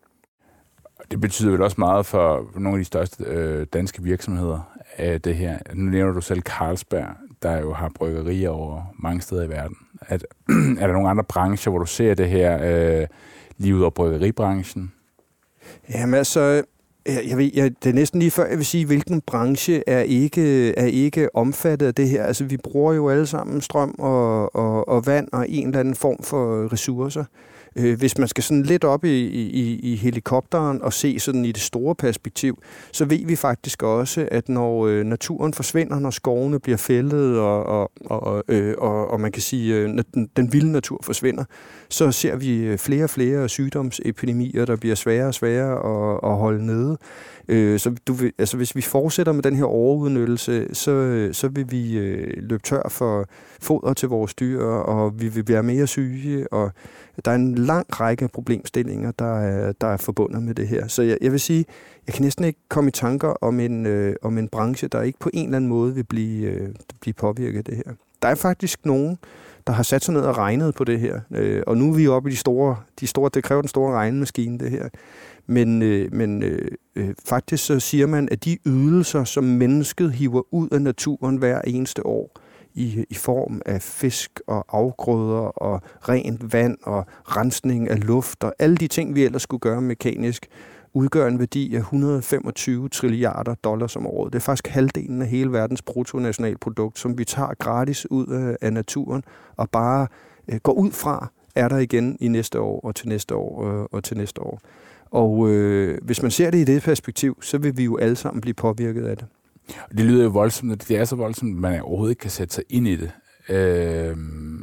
Det betyder vel også meget for nogle af de største øh, danske virksomheder af det her. Nu nævner du selv Carlsberg, der jo har bryggerier over mange steder i verden. At, er der nogle andre brancher, hvor du ser det her øh, lige ud over bryggeribranchen? Jamen altså, jeg ved, jeg, det er næsten lige før, jeg vil sige, hvilken branche er ikke, er ikke omfattet af det her. Altså, vi bruger jo alle sammen strøm og, og, og vand og en eller anden form for ressourcer. Hvis man skal sådan lidt op i, i, i helikopteren og se sådan i det store perspektiv, så ved vi faktisk også, at når øh, naturen forsvinder, når skovene bliver fældet, og, og, og, øh, og, og man kan sige, øh, den, den vilde natur forsvinder, så ser vi flere og flere sygdomsepidemier, der bliver sværere og sværere at, at holde nede. Øh, så du vil, altså, hvis vi fortsætter med den her overudnyttelse, så, så vil vi øh, løbe tør for foder til vores dyr, og vi vil være mere syge, og der er en lang række problemstillinger, der er, der er forbundet med det her. Så jeg, jeg vil sige, jeg kan næsten ikke komme i tanker om en, øh, om en branche, der ikke på en eller anden måde vil blive, øh, blive påvirket af det her. Der er faktisk nogen, der har sat sig ned og regnet på det her, øh, og nu er vi oppe i de store, de store, det kræver den store regnemaskine, det her. Men, øh, men øh, øh, faktisk så siger man, at de ydelser, som mennesket hiver ud af naturen hver eneste år, i, i form af fisk og afgrøder og rent vand og rensning af luft og alle de ting, vi ellers skulle gøre mekanisk, udgør en værdi af et hundrede og femogtyve trilliarder dollars om året. Det er faktisk halvdelen af hele verdens bruttonationalprodukt, som vi tager gratis ud af, af naturen og bare øh, går ud fra, er der igen i næste år og til næste år øh, og til næste år. Og øh, hvis man ser det i det perspektiv, så vil vi jo alle sammen blive påvirket af det. Det lyder jo voldsomt, det er så voldsomt, at man overhovedet ikke kan sætte sig ind i det. Øh,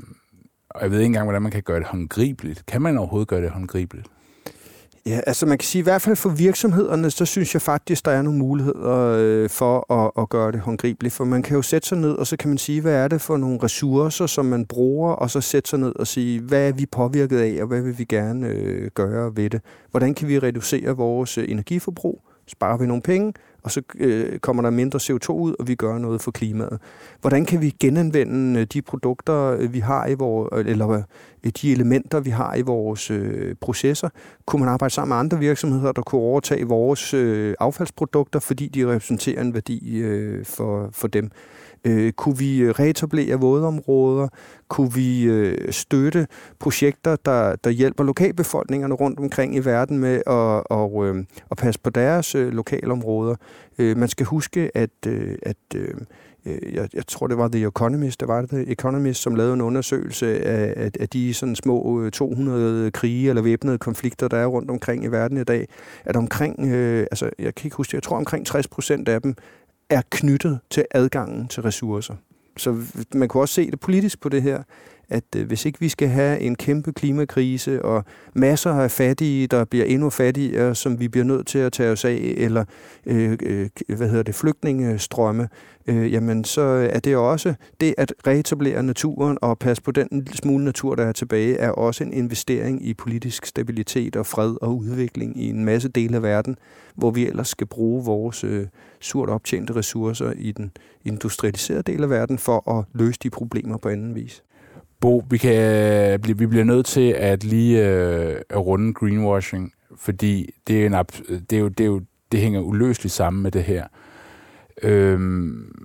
og jeg ved ikke engang, hvordan man kan gøre det håndgribeligt. Kan man overhovedet gøre det håndgribeligt? Ja, altså man kan sige, i hvert fald for virksomhederne, så synes jeg faktisk, der er nogle muligheder øh, for at, at gøre det håndgribeligt. For man kan jo sætte sig ned, og så kan man sige, hvad er det for nogle ressourcer, som man bruger, og så sætte sig ned og sige, hvad er vi påvirket af, og hvad vil vi gerne øh, gøre ved det? Hvordan kan vi reducere vores øh, energiforbrug? Sparer vi nogle penge, og så øh, kommer der mindre C O to ud, og vi gør noget for klimaet. Hvordan kan vi genanvende de produkter, vi har i vores, eller øh, de elementer, vi har i vores øh, processer? Kunne man arbejde sammen med andre virksomheder, der kunne overtage vores øh, affaldsprodukter, fordi de repræsenterer en værdi øh, for, for dem? Øh, kunne vi reetablere vådområder? Kunne vi øh, støtte projekter, der, der hjælper lokalbefolkningerne rundt omkring i verden med at, og, øh, at passe på deres øh, lokalområder? Øh, man skal huske, at, øh, at øh, jeg, jeg tror, det var The Economist, det var det The Economist, som lavede en undersøgelse af, af, af de sådan små to hundrede krige eller væbnede konflikter, der er rundt omkring i verden i dag. At omkring, øh, altså jeg kan ikke huske det, jeg tror omkring tres procent af dem er knyttet til adgangen til ressourcer. Så man kan også se det politisk på det her, at øh, hvis ikke vi skal have en kæmpe klimakrise og masser af fattige, der bliver endnu fattigere, som vi bliver nødt til at tage os af, eller øh, øh, hvad hedder det, flygtningestrømme, øh, jamen så er det også det at reetablere naturen og passe på den smule natur, der er tilbage, er også en investering i politisk stabilitet og fred og udvikling i en masse dele af verden, hvor vi ellers skal bruge vores øh, surt optjente ressourcer i den industrialiserede del af verden for at løse de problemer på anden vis. Bo, vi, kan, vi bliver nødt til at lige øh, at runde greenwashing, fordi det, er en, det, er jo, det, er jo, det hænger uløseligt sammen med det her. Øhm,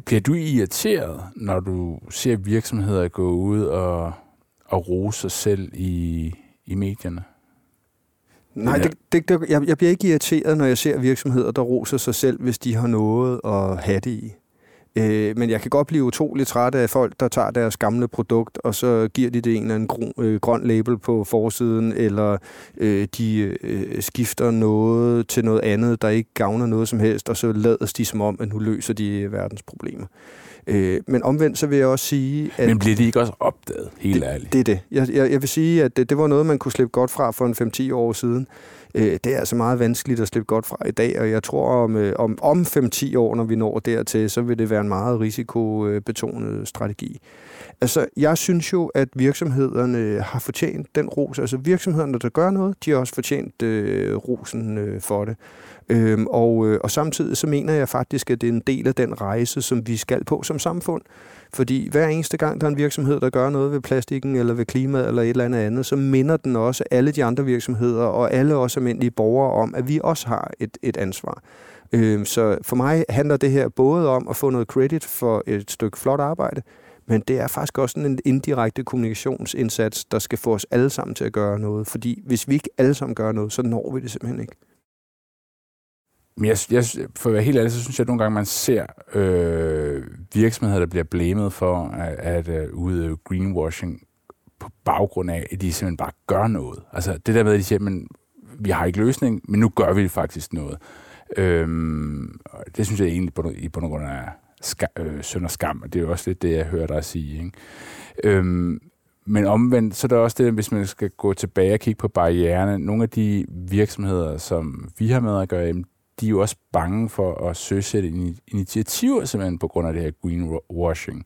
Bliver du irriteret, når du ser virksomheder gå ud og, og rose sig selv i, i medierne? Nej, det, det, det, jeg, jeg bliver ikke irriteret, når jeg ser virksomheder, der roser sig selv, hvis de har noget at have det i. Øh, men jeg kan godt blive utrolig træt af folk, der tager deres gamle produkt, og så giver de det en eller anden grøn, øh, grøn label på forsiden, eller øh, de øh, skifter noget til noget andet, der ikke gavner noget som helst, og så lades de som om, at nu løser de verdens problemer. Øh, men omvendt så vil jeg også sige, at... Men bliver de ikke også opdaget, helt det, ærligt? Det er det. Jeg, jeg, jeg vil sige, at det, det var noget, man kunne slippe godt fra for en fem til ti år siden. Øh, det er altså meget vanskeligt at slippe godt fra i dag, og jeg tror, om, om, om fem til ti år, når vi når dertil, så vil det være en meget risikobetonet strategi. Altså, jeg synes jo, at virksomhederne har fortjent den ros. Altså, virksomhederne, der gør noget, de har også fortjent øh, rosen øh, for det. Øhm, og, øh, og samtidig så mener jeg faktisk, at det er en del af den rejse, som vi skal på som samfund. Fordi hver eneste gang, der er en virksomhed, der gør noget ved plastikken, eller ved klimaet, eller et eller andet andet, så minder den også alle de andre virksomheder, og alle os almindelige borgere om, at vi også har et, et ansvar. Øhm, så for mig handler det her både om at få noget credit for et stykke flot arbejde, men det er faktisk også en indirekte kommunikationsindsats, der skal få os alle sammen til at gøre noget. Fordi hvis vi ikke alle sammen gør noget, så når vi det simpelthen ikke. Men jeg, jeg, for at være helt ærlig, så synes jeg, at nogle gange, man ser øh, virksomheder, der bliver blamet for at, at at udøve greenwashing på baggrund af, at de simpelthen bare gør noget. Altså det der med, at de siger, men vi har ikke løsning, men nu gør vi faktisk noget. Øhm, det synes jeg egentlig på, i bund og grund er ska- øh, synd og skam, og det er jo også lidt det, jeg hører dig sige. Ikke? Øhm, men omvendt, så er der også det, hvis man skal gå tilbage og kigge på barriererne. Nogle af de virksomheder, som vi har med at gøre, de er jo også bange for at søsætte initiativer simpelthen på grund af det her greenwashing.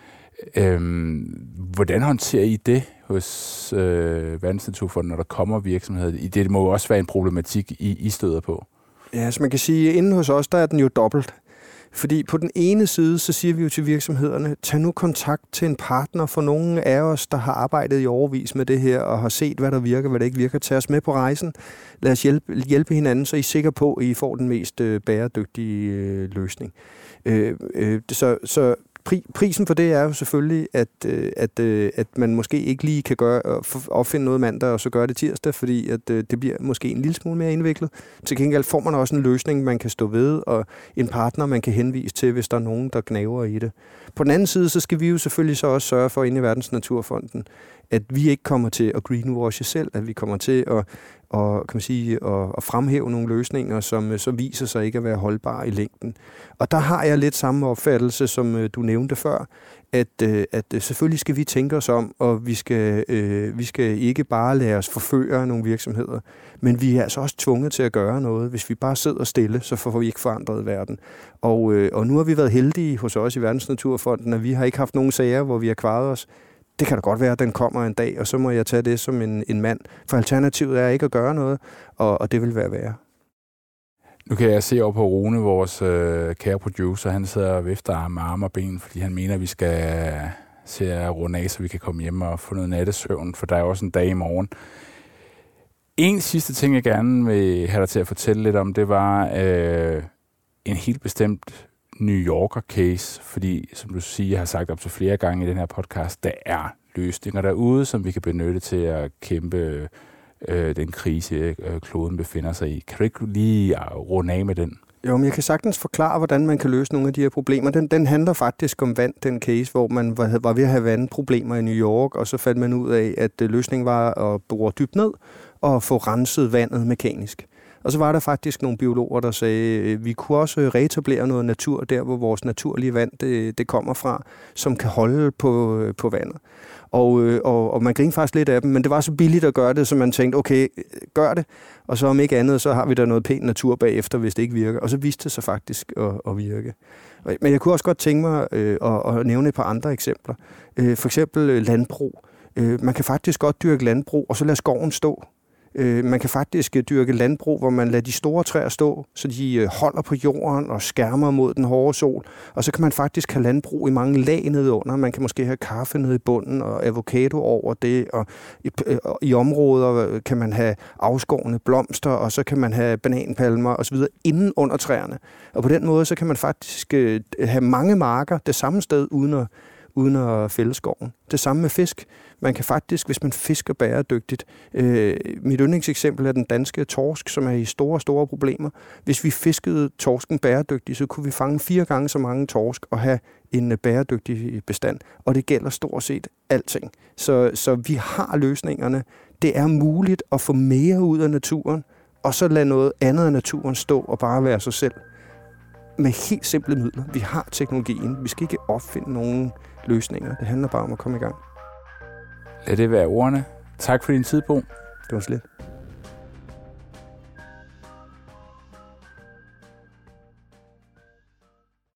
Øhm, hvordan håndterer I det hos øh, Verdensnaturfonden, når der kommer virksomheder? Det må jo også være en problematik, I, I støder på. Ja, så man kan sige, at inden hos os, der er den jo dobbelt. Fordi på den ene side, så siger vi jo til virksomhederne, tag nu kontakt til en partner for nogle af os, der har arbejdet i årevis med det her, og har set, hvad der virker, hvad der ikke virker. Tag os med på rejsen. Lad os hjælpe, hjælpe hinanden, så I er sikre på, at I får den mest øh, bæredygtige øh, løsning. Øh, øh, så, så prisen for det er jo selvfølgelig, at, at, at man måske ikke lige kan gøre, opfinde noget mandag, og så gøre det tirsdag, fordi at det bliver måske en lille smule mere indviklet. Til gengæld får man også en løsning, man kan stå ved, og en partner, man kan henvise til, hvis der er nogen, der gnaver i det. På den anden side, så skal vi jo selvfølgelig så også sørge for inde i Verdensnaturfonden, at vi ikke kommer til at greenwashe selv, at vi kommer til at, og, kan man sige, at, at fremhæve nogle løsninger, som så viser sig ikke at være holdbare i længden. Og der har jeg lidt samme opfattelse, som du nævnte før, at, at selvfølgelig skal vi tænke os om, og vi skal, øh, vi skal ikke bare lade os forføre af nogle virksomheder, men vi er altså også tvunget til at gøre noget. Hvis vi bare sidder stille, så får vi ikke forandret verden. Og, øh, og nu har vi været heldige hos os i Verdensnaturfonden, at vi har ikke haft nogen sager, hvor vi har kvaret os. Det kan da godt være, at den kommer en dag, og så må jeg tage det som en, en mand. For alternativet er ikke at gøre noget, og, og det vil være værre. Nu kan jeg se over på Rune, vores øh, kære producer, han sidder og vifter med arme og ben, fordi han mener, at vi skal se at runde af, så vi kan komme hjem og få noget nattesøvn, for der er også en dag i morgen. En sidste ting, jeg gerne vil have dig til at fortælle lidt om, det var øh, en helt bestemt New Yorker case, fordi, som du siger, jeg har sagt op til flere gange i den her podcast, der er løsninger derude, som vi kan benytte til at kæmpe øh, den krise, øh, kloden befinder sig i. Kan du ikke lige runde af med den? Jo, men jeg kan sagtens forklare, hvordan man kan løse nogle af de her problemer. Den, den handler faktisk om vand, den case, hvor man var, var ved at have vandproblemer i New York, og så fandt man ud af, at løsningen var at bore dybt ned og få renset vandet mekanisk. Og så var der faktisk nogle biologer, der sagde, at vi kunne også reetablere noget natur der, hvor vores naturlige vand det, det kommer fra, som kan holde på, på vandet. Og, og, og man griner faktisk lidt af dem, men det var så billigt at gøre det, så man tænkte, okay, gør det, og så om ikke andet, så har vi der noget pænt natur bagefter, hvis det ikke virker. Og så viste det sig faktisk at, at virke. Men jeg kunne også godt tænke mig øh, at, at nævne et par andre eksempler. Øh, for eksempel landbrug. Øh, man kan faktisk godt dyrke landbrug, og så lade skoven stå. Øh, man kan faktisk dyrke landbrug, hvor man lader de store træer stå, så de holder på jorden og skærmer mod den hårde sol. Og så kan man faktisk have landbrug i mange lag nede under. Man kan måske have kaffe nede i bunden og avocado over det. Og i, og i områder kan man have afskårne blomster, og så kan man have bananpalmer osv. inden under træerne. Og på den måde, så kan man faktisk have mange marker det samme sted, uden at uden at fælde skoven. Det samme med fisk. Man kan faktisk, hvis man fisker bæredygtigt, øh, mit yndlingseksempel er den danske torsk, som er i store, store problemer. Hvis vi fiskede torsken bæredygtigt, så kunne vi fange fire gange så mange torsk og have en bæredygtig bestand. Og det gælder stort set alting. Så, så vi har løsningerne. Det er muligt at få mere ud af naturen, og så lade noget andet af naturen stå og bare være sig selv. Med helt simple midler. Vi har teknologien. Vi skal ikke opfinde nogen løsninger. Det handler bare om at komme i gang. Lad det være ordene. Tak for din tid, Bo. Det var slet.